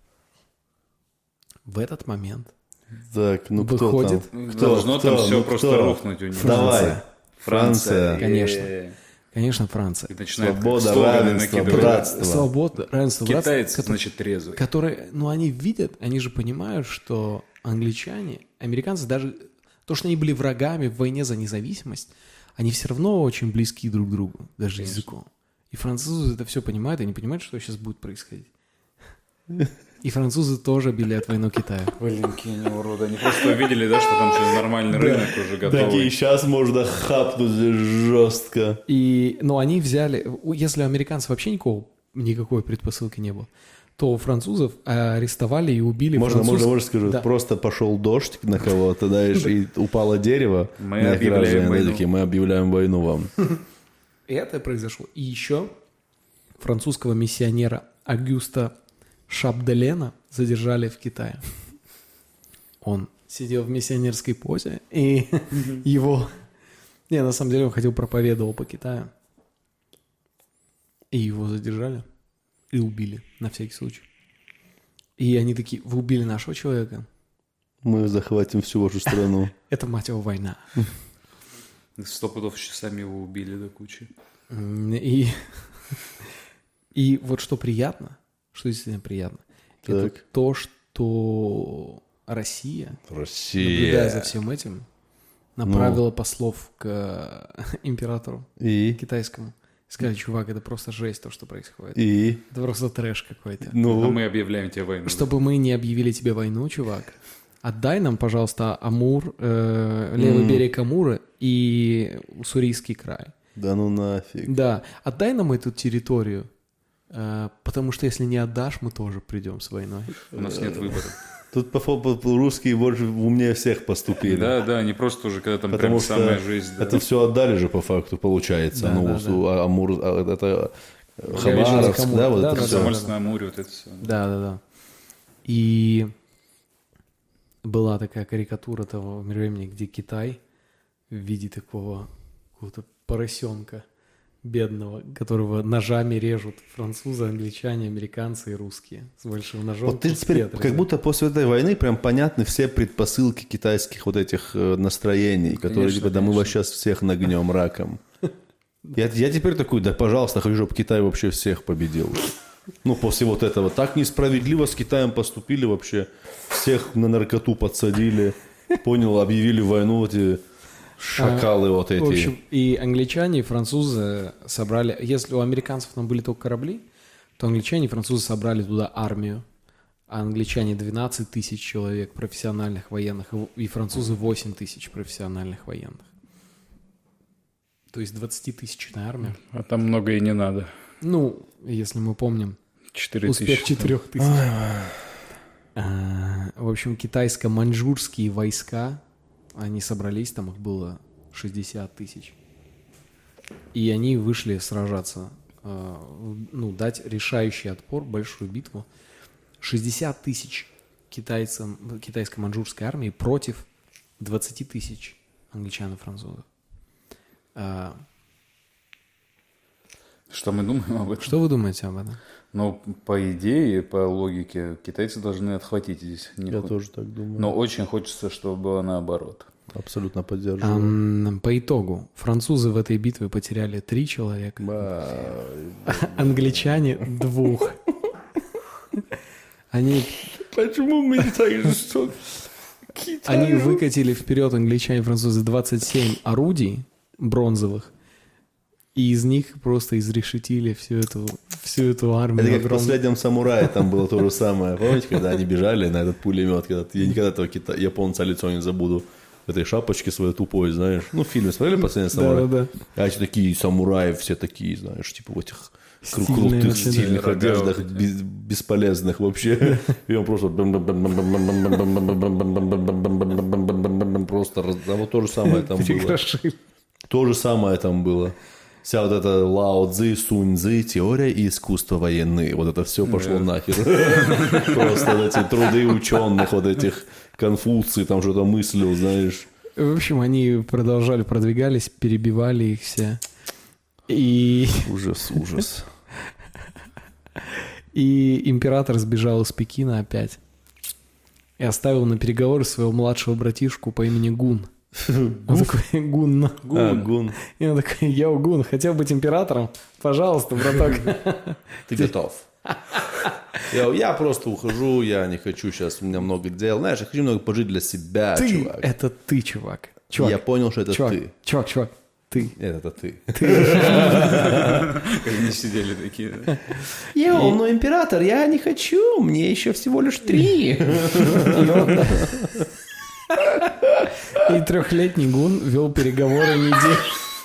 в этот момент Так, ну Выходит. кто там? Должно там все Ну, просто кто? рухнуть у них. Давай. Франция. Конечно. Э, Конечно, Франция. И начинают Свобода, слоганы равенство, накидывать. братство. Свобода, равенство, братство, Китайцы, кото- значит, трезвые. которые, ну, они видят, они же понимают, что англичане, американцы, даже то, что они были врагами в войне за независимость, они все равно очень близки друг к другу, даже языком. И французы это все понимают, они понимают, что сейчас будет происходить. И французы тоже объявляют войну Китаю. Блин, какие они уроды. Они просто увидели, да, что там сейчас нормальный рынок уже готовый. Такие, сейчас можно хапнуть жестко. И, ну, они взяли, у- если у американцев вообще никакого, никакой предпосылки не было, то у французов арестовали и убили Можно, француз- можно, можно скажу, Да. просто пошел дождь на кого-то, знаешь, и упало дерево. Мы на их объявляем граждан, войну. такие, мы объявляем войну вам. И это произошло. И еще французского миссионера Агюста Шабделена задержали в Китае. Он сидел в миссионерской позе, и его... Не, на самом деле он ходил, проповедовал по Китаю. И его задержали и убили, на всякий случай. И они такие, вы убили нашего человека? Мы захватим всю вашу страну. Это, мать его, война. Сто пудов часами его убили до кучи. М, И, и вот что приятно, что действительно приятно, это Так. то, что Россия, наблюдая за Россия. всем этим, направила послов к императору И? китайскому. Сказали, чувак, это просто жесть, то, что происходит. И? Это просто трэш какой-то. А Ну, мы объявляем тебе войну. Чтобы мы не объявили тебе войну, чувак, отдай нам, пожалуйста, Амур, э, левый М. берег Амура и Уссурийский край. да ну нафиг. Да, отдай нам эту территорию, э, потому что если не отдашь, мы тоже придем с войной. У нас нет выбора. Тут по, по, по- русские больше умнее всех поступили. Да, да, не просто уже, когда там Потому прям что самая жизнь. Да. это все отдали же по факту, получается. Да, ну, да, у- а- Амур, а, это Хабаровск, Хабаровск, Амур, да, вот да, это да, все. Комсомольск на Амуре, вот это все. Да, да, да. И была такая карикатура того времени, где Китай в виде такого какого-то поросенка бедного, которого ножами режут французы, англичане, американцы и русские с большим ножом. Вот ты куски теперь, отрезают. как будто после этой войны прям понятны все предпосылки китайских вот этих э, настроений, которые Конечно, типа, да мы конечно. вас сейчас всех нагнем раком. Я, я теперь такой, да пожалуйста, хочу, чтобы Китай вообще всех победил. Ну, после вот этого. Так несправедливо с Китаем поступили вообще. Всех на наркоту подсадили. Понял, объявили войну эти шакалы вот эти. В общем, и англичане, и французы собрали... Если у американцев там были только корабли, то англичане и французы собрали туда армию. А англичане двенадцать тысяч человек профессиональных военных, и- и французы восемь тысяч профессиональных военных. То есть двадцатитысячная армия. А там много и не надо. Ну, если мы помним, Четыре успех тысячи. четырех тысяч. А, В общем, китайско-маньчжурские войска, они собрались, там их было шестьдесят тысяч. И они вышли сражаться, э, ну, дать решающий отпор, большую битву. шестьдесят тысяч китайцам, китайско-маньчжурской армии против двадцати тысяч англичан и французов. А, Что мы думаем об этом? Что вы думаете об этом? Ну, по идее, по логике, китайцы должны отхватить здесь. Не Я хо- тоже так думаю. Но очень хочется, чтобы было наоборот. Абсолютно поддерживаю. Ам, По итогу, французы в этой битве потеряли три человека, Ба- англичане двух. Они, Почему мы так что? они выкатили вперед, англичане и французы, двадцать семь орудий бронзовых, и из них просто изрешетили всю эту, всю эту армию. Это как в огромную. последнем самурае там было то же самое. Помните, когда они бежали на этот пулемет? Когда... Я никогда этого кита... японца лицо не забуду. В этой шапочке своей тупой, знаешь. Ну, в фильме смотрели «Последний самурай»? Да-да-да. А эти такие самураи, все такие, знаешь, типа в этих кру- Стильные крутых, вообще, да. стильных Рога одеждах, вот эти. без- бесполезных вообще. И он просто... Просто... раз- А вот то же самое там было. Перекрошили. То же самое там было. Вся вот эта Лао Цзи, Сунь Цзи, теория и искусство военные. Вот это все пошло нахер. Просто вот эти труды ученых, вот этих Конфуций, там что-то мыслил, знаешь. В общем, они продолжали, продвигались, перебивали их все. И, Ужас, ужас. и император сбежал из Пекина опять. И оставил на переговоры своего младшего братишку по имени Гун. Он такой, гун. А, гун. И он такой, я гун, хотел быть императором? Пожалуйста, браток. Ты готов. Я, я просто ухожу, я не хочу сейчас, у меня много дел. Знаешь, я хочу немного пожить для себя, ты, чувак. это ты, чувак. чувак. Я понял, что это чувак, ты. Чувак, чувак, ты. Нет, это ты. Как они сидели такие. Я умный император, я не хочу, мне еще всего лишь три. И трехлетний гун вел переговоры неделю.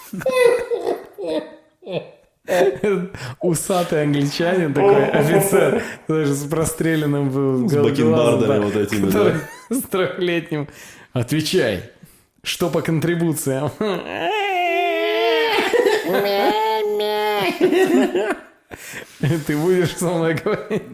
Усатый англичанин такой, офицер, даже с простреленным был С бакенбардами вот этими, да. С трехлетним. Отвечай, что по контрибуциям? Ты будешь со мной говорить?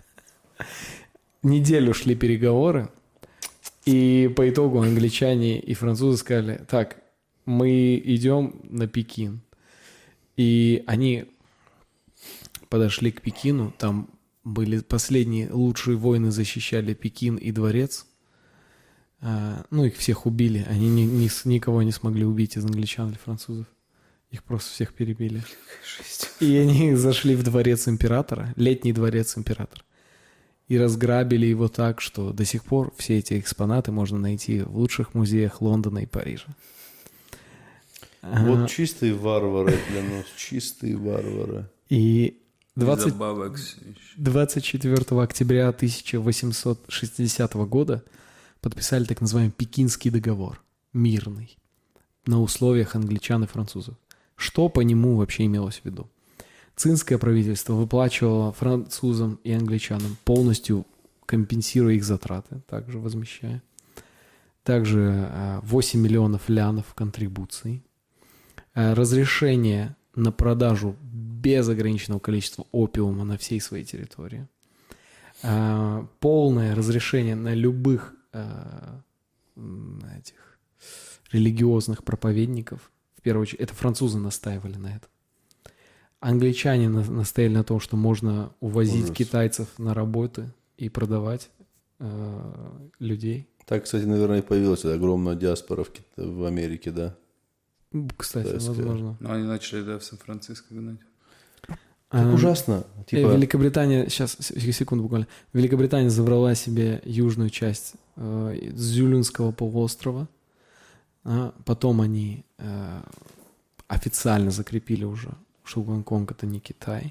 Неделю шли переговоры, и по итогу англичане и французы сказали, так, мы идем на Пекин. И они подошли к Пекину, там были последние лучшие воины, защищали Пекин и дворец. А, ну, их всех убили, они ни, ни, никого не смогли убить из англичан или французов. Их просто всех перебили. Жесть. И они зашли в дворец императора, летний дворец императора, и разграбили его так, что до сих пор все эти экспонаты можно найти в лучших музеях Лондона и Парижа. Вот чистые варвары для нас, чистые варвары. И двадцать, Забавок все еще. двадцать четвёртого октября тысяча восемьсот шестидесятого года подписали так называемый Пекинский договор, мирный, на условиях англичан и французов. Что по нему вообще имелось в виду? Цинское правительство выплачивало французам и англичанам, полностью компенсируя их затраты, также возмещая. Также восемь миллионов лянов контрибуций. Разрешение на продажу безограниченного количества опиума на всей своей территории. Полное разрешение на любых на этих религиозных проповедников. В первую очередь, это французы настаивали на этом. Англичане настояли на том, что можно увозить Ужас. китайцев на работы и продавать э, людей. Так, кстати, наверное, и появилась эта огромная диаспора в, Кит... в Америке, да? Кстати, Китайская. возможно. Ну, они начали, да, в Сан-Франциско гнать. Так А, ужасно. Типа... Великобритания, сейчас, секунду буквально. Великобритания забрала себе южную часть э, Цзюлинского полуострова. А потом они э, официально закрепили уже, что Гонконг это не Китай.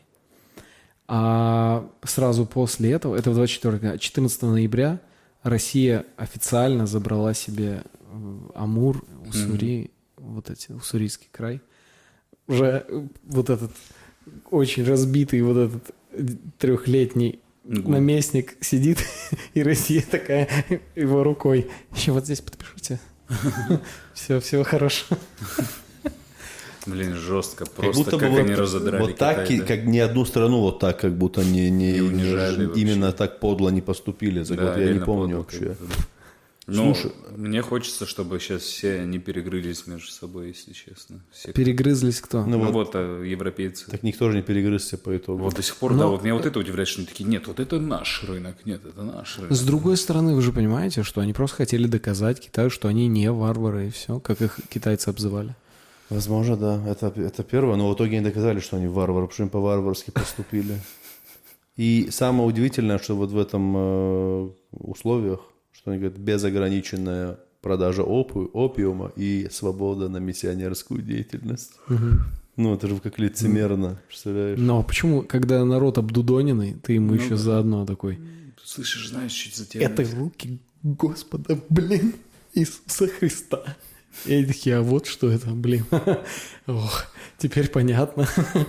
А сразу после этого, это в двадцать четвёртого, четырнадцатого ноября, Россия официально забрала себе Амур, Уссури, mm-hmm. вот эти, Уссурийский край. Уже вот этот очень разбитый вот этот трехлетний mm-hmm. наместник сидит, и Россия такая его рукой. Еще вот здесь подпишите. Все, всего хорошего. Блин, жестко. Как Просто будто как бы они вот, разодрали вот так, Китай, да? как ни одну страну вот так, как будто не, не, Не унижали вообще. именно так подло не поступили. За Да, год. Я не реально помню подло, вообще. как-то, да. Ну, Слушай, мне хочется, чтобы сейчас все не перегрылись между собой, если честно. Все, Перегрызлись кто? ну, ну вот, вот, а, европейцы. так никто же не перегрызся по итогу. Вот до сих пор, Но- да, вот меня вот это удивляет, что они такие, нет, вот это наш рынок, нет, это наш рынок. С другой стороны, вы же понимаете, что они просто хотели доказать Китаю, что они не варвары, и все, как их китайцы обзывали. Возможно, да. Это, это первое. Но в итоге они доказали, что они варвары, потому что они по-варварски поступили. И самое удивительное, что вот в этом э, условиях, что они говорят, безограниченная продажа опи- опиума и свобода на миссионерскую деятельность. Ну, это же как лицемерно, представляешь? Но почему, когда народ обдудоненный, ты ему Ну еще да. заодно такой, Слышишь, знаешь, что за тебя? это руки Господа, блин, Иисуса Христа. И они такие, а вот что это, блин. Ох, теперь понятно.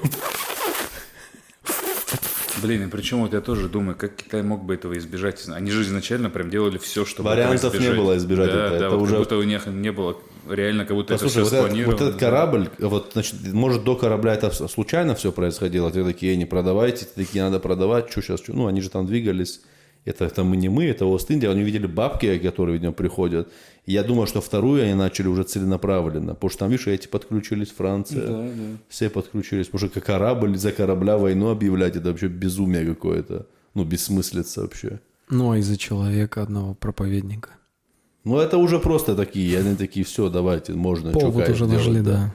Блин, и причем вот я тоже думаю, как Китай мог бы этого избежать. Они же изначально прям делали все, чтобы Вариантов этого избежать. не было избежать да, это. Да, Это вот уже- как будто у них не было реально, как будто Послушай, это вот все этот, спланировано. вот этот корабль, вот, значит, может, до корабля это случайно все происходило, те такие, не продавайте, те такие, надо продавать, что сейчас, что? Ну, они же там двигались, это, это мы не мы, это Ост-Индия, они видели бабки, которые, видимо, приходят, и я думаю, что вторую они начали уже целенаправленно, потому что там, видишь, эти подключились, Франция, Да, да. все подключились, потому что как корабль за корабля войну объявлять, это вообще безумие какое-то, ну, бессмыслица вообще. Ну, а из-за человека одного проповедника. Ну, это уже просто такие, они такие, все, давайте, можно. Повод уже нашли, да.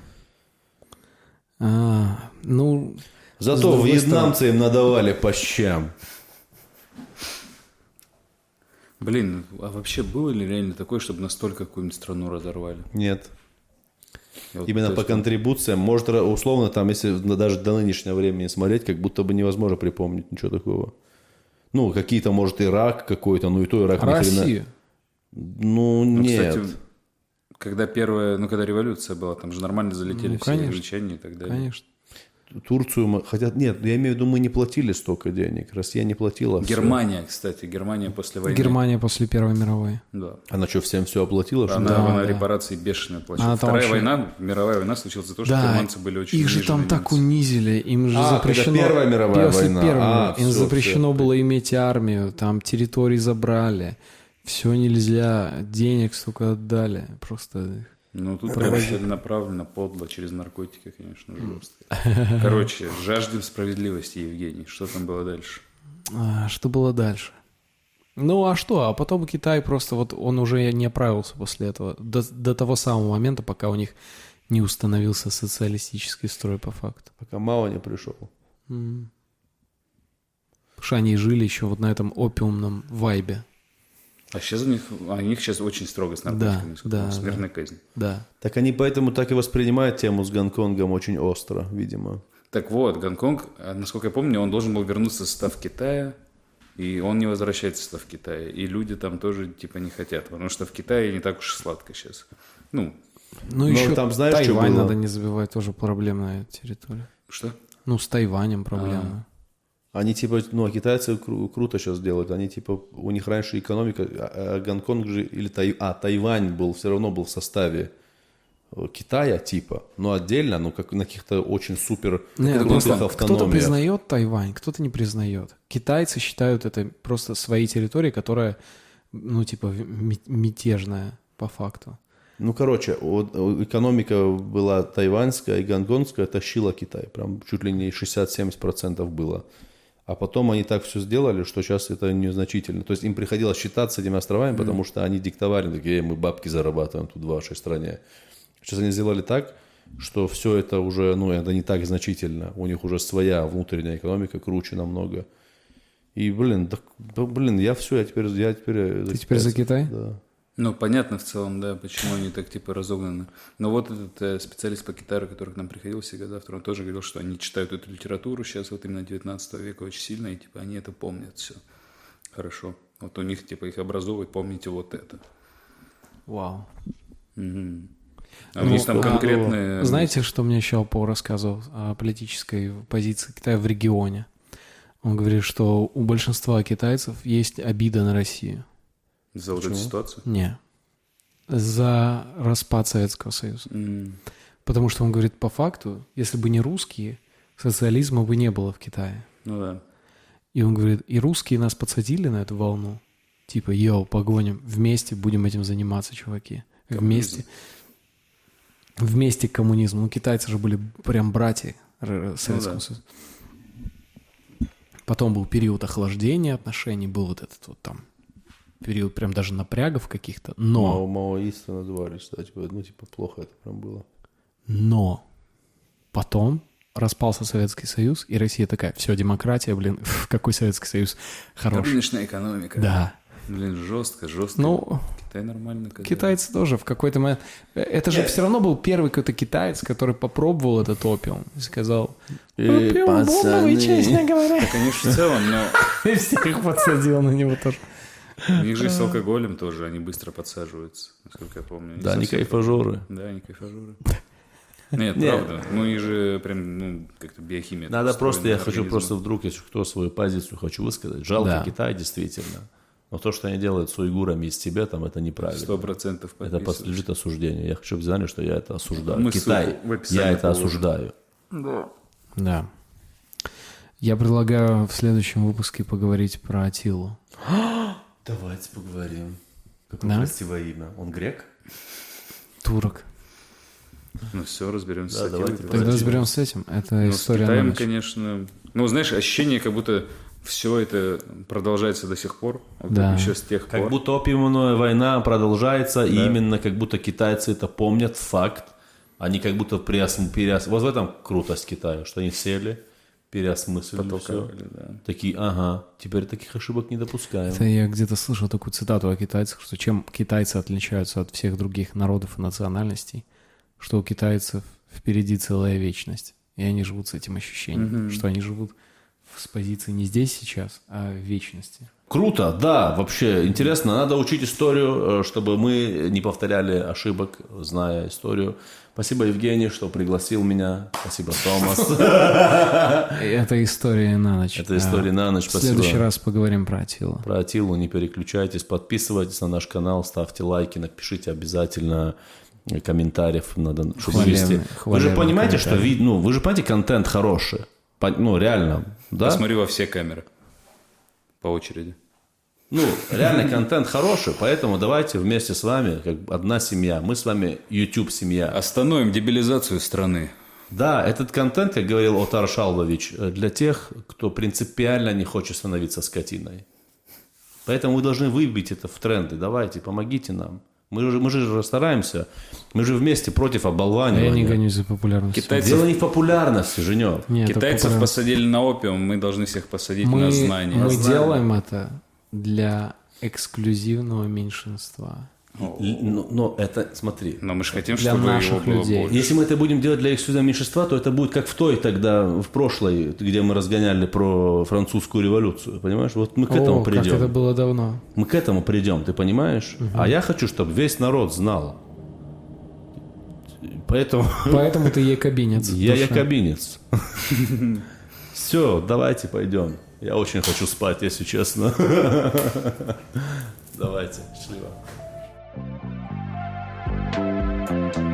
А, ну... Зато вьетнамцы им надавали по щам. Блин, а вообще было ли реально такое, чтобы настолько какую-нибудь страну разорвали? Нет. Вот, Именно по контрибуциям. Может, условно, там, если даже до нынешнего времени смотреть, как будто бы невозможно припомнить ничего такого. Ну, какие-то, может, Ирак какой-то, ну и то Ирак... Россию? Ну, ну, нет. Кстати, когда первая, ну, когда революция была, там же нормально залетели ну, все конечно, англичане и так далее. Конечно. Турцию мы... Хотя, нет, я имею в виду, мы не платили столько денег. Россия не платила. Германия, все. Кстати, Германия после войны. Германия после Первой мировой. Да. Она что, всем все оплатила? Что Она, да, она да. репарации бешеные платила. Она Вторая вообще... война, мировая война случилась за то, что да, германцы были очень их же там унижены, так немцы. унизили, им же А, запрещено... когда Первая мировая После война. Первой, А, им все, запрещено все. было иметь армию, там территории забрали, все нельзя, денег столько отдали, просто... Ну, тут прям целенаправленно, подло, через наркотики, конечно, жестко. Короче, жаждем справедливости, Евгений. Что там было дальше? А, что было дальше? Ну, а что? А потом Китай просто, вот он уже не оправился после этого, до, до того самого момента, пока у них не установился социалистический строй по факту. Пока Мао не пришел. М. Потому что они жили еще вот на этом опиумном вайбе. А сейчас у них, а у них сейчас очень строго с наркотиками, Да, да, смертная да. казнь. Да. Так они поэтому так и воспринимают тему с Гонконгом очень остро, видимо. Так вот, Гонконг, насколько я помню, он должен был вернуться в состав Китая, и он не возвращается в состав Китая. И люди там тоже типа не хотят, потому что в Китае не так уж и сладко сейчас. Ну, Ну, Но еще там, знаешь, что Тайвань было? надо не забывать, тоже проблемная территория. что? Ну, с Тайванем проблема. Они типа, ну, а китайцы кру- круто сейчас делают. Они типа, у них раньше экономика, а, а Гонконг же, или Тай, а, Тайвань был, все равно был в составе Китая типа, но отдельно, ну, как на каких-то очень супер Нет, крутых просто кто-то автономиях. признает Тайвань, кто-то не признает. Китайцы считают это просто своей территорией, которая, ну, типа, ми- мятежная по факту. Ну, короче, вот экономика была тайваньская и гонконгская, тащила Китай. Прям чуть ли не шестьдесят-семьдесят процентов было. А потом они так все сделали, что сейчас это незначительно. То есть им приходилось считаться этими островами, mm-hmm. потому что они диктовали, такие, мы бабки зарабатываем тут в вашей стране. Сейчас они сделали так, что все это уже, ну, это не так значительно. У них уже своя внутренняя экономика, круче намного. И, блин, так, блин, я все, я теперь... Я теперь Ты теперь за Китай? Да. Ну, понятно в целом, да, почему они так, типа, разогнаны. Но вот этот э, специалист по Китаю, который к нам приходил всегда завтра, он тоже говорил, что они читают эту литературу сейчас, вот именно девятнадцатого века, очень сильно, и, типа, они это помнят все. Хорошо. Вот у них, типа, их образовывают, помните вот это. Вау. Угу. А Ну, у них там а, конкретные... Знаете, что мне еще Пол рассказывал о политической позиции Китая в регионе? Он говорит, что у большинства китайцев есть обида на Россию. За вот эту ситуацию? Не. За распад Советского Союза. Mm. Потому что он говорит, по факту, если бы не русские, социализма бы не было в Китае. Ну да. И он говорит, и русские нас подсадили на эту волну. Типа, йоу, погоним, вместе будем этим заниматься, чуваки. Вместе. Вместе к коммунизму. Ну, китайцы же были прям братья Советского ну, да. Союза. Потом был период охлаждения отношений, был вот этот вот там период прям даже напрягов каких-то, но... Мао, маоисты назывались, да, типа, ну, типа, плохо это прям было. Но потом распался Советский Союз, и Россия такая, все, демократия, блин, какой Советский Союз хороший. Рыночная экономика. Да. Блин, жестко, жестко. Ну, Китай нормально. Когда... Китайцы тоже в какой-то момент... Это же все равно был первый какой-то китаец, который попробовал этот опиум и сказал, опиум бомбовый, честно говоря. Да, конечно, в целом, но... И всех подсадил на него тоже. У них же с алкоголем тоже, они быстро подсаживаются, насколько я помню. Да, они кайфажоры. Да, они кайфажоры. Нет, правда. Ну, их же прям, ну, как-то биохимия. Надо просто, я хочу просто вдруг, если кто свою позицию хочу высказать. Жалко Китай, действительно. Но то, что они делают с уйгурами из Тибета, это неправильно. Сто процентов это подлежит осуждению. Я хочу, знали, что я это осуждаю. Мы Китай, я это положим. осуждаю. Да. Да. Я предлагаю в следующем выпуске поговорить про Атилу. Давайте поговорим. Какое да? красивое имя. Он грек? Турок. Ну все, разберемся да, с Атилой. Тогда разберемся с этим. Это ну, история с Китаем, на ночь. конечно... Ну, знаешь, ощущение, как будто все это продолжается до сих пор, вот Да. еще с тех Как пор. будто опиумная война продолжается, и именно как будто китайцы это помнят, факт. Они как будто переосм... переос... Вот в этом крутость Китая, что они сели, переосмыслили все. Потолковали, да. Такие, ага, теперь таких ошибок не допускаем. Это я где-то слышал такую цитату о китайцах, что чем китайцы отличаются от всех других народов и национальностей, что у китайцев впереди целая вечность. И они живут с этим ощущением, Мгм. что они живут с позиции не здесь сейчас, а в вечности. Круто, да, вообще интересно. Надо учить историю, э, чтобы мы не повторяли ошибок, зная историю. Спасибо, Евгений, что пригласил меня. Спасибо, Томас. Это история на ночь. Это история на ночь. В следующий Спасибо. раз поговорим про Атилу. Про Атилу не переключайтесь, подписывайтесь на наш канал, ставьте лайки, напишите обязательно комментариев, надо, чтобы Хвалебный- вести. Вы же хвалебный понимаете, что комментарий. вид, ну, вы же понимаете, контент хороший. По- Ну, реально, да? Посмотри во все камеры по очереди. Ну, реально контент хороший, поэтому давайте вместе с вами, как одна семья. Мы с вами YouTube-семья. Остановим дебилизацию страны. Да, этот контент, как говорил Отар Шалвович, для тех, кто принципиально не хочет становиться скотиной. Поэтому вы должны выбить это в тренды. Давайте, помогите нам. Мы же, мы же стараемся. Мы же вместе против А оболванивания. я не гонюсь за популярностью. Китайцев, Дело не в популярности, Женек. Нет, это китайцев популярность. посадили на опиум, мы должны всех посадить мы, на знания. мы знания. делаем это для эксклюзивного меньшинства. Л- Но, но это, смотри, Но мы же хотим, Для чтобы наших его было людей. больше. если мы это будем делать для эксклюзивного меньшинства, то это будет как в той тогда, в прошлой, где мы разгоняли про французскую революцию, понимаешь? Вот мы к этому О, придем. как это было давно. Мы к этому придем, ты понимаешь? А я хочу, чтобы весь народ знал. Поэтому Поэтому ты якобинец. в я душе. якобинец. Все, давайте пойдем. Я очень хочу спать, если честно. Давайте, счастливо.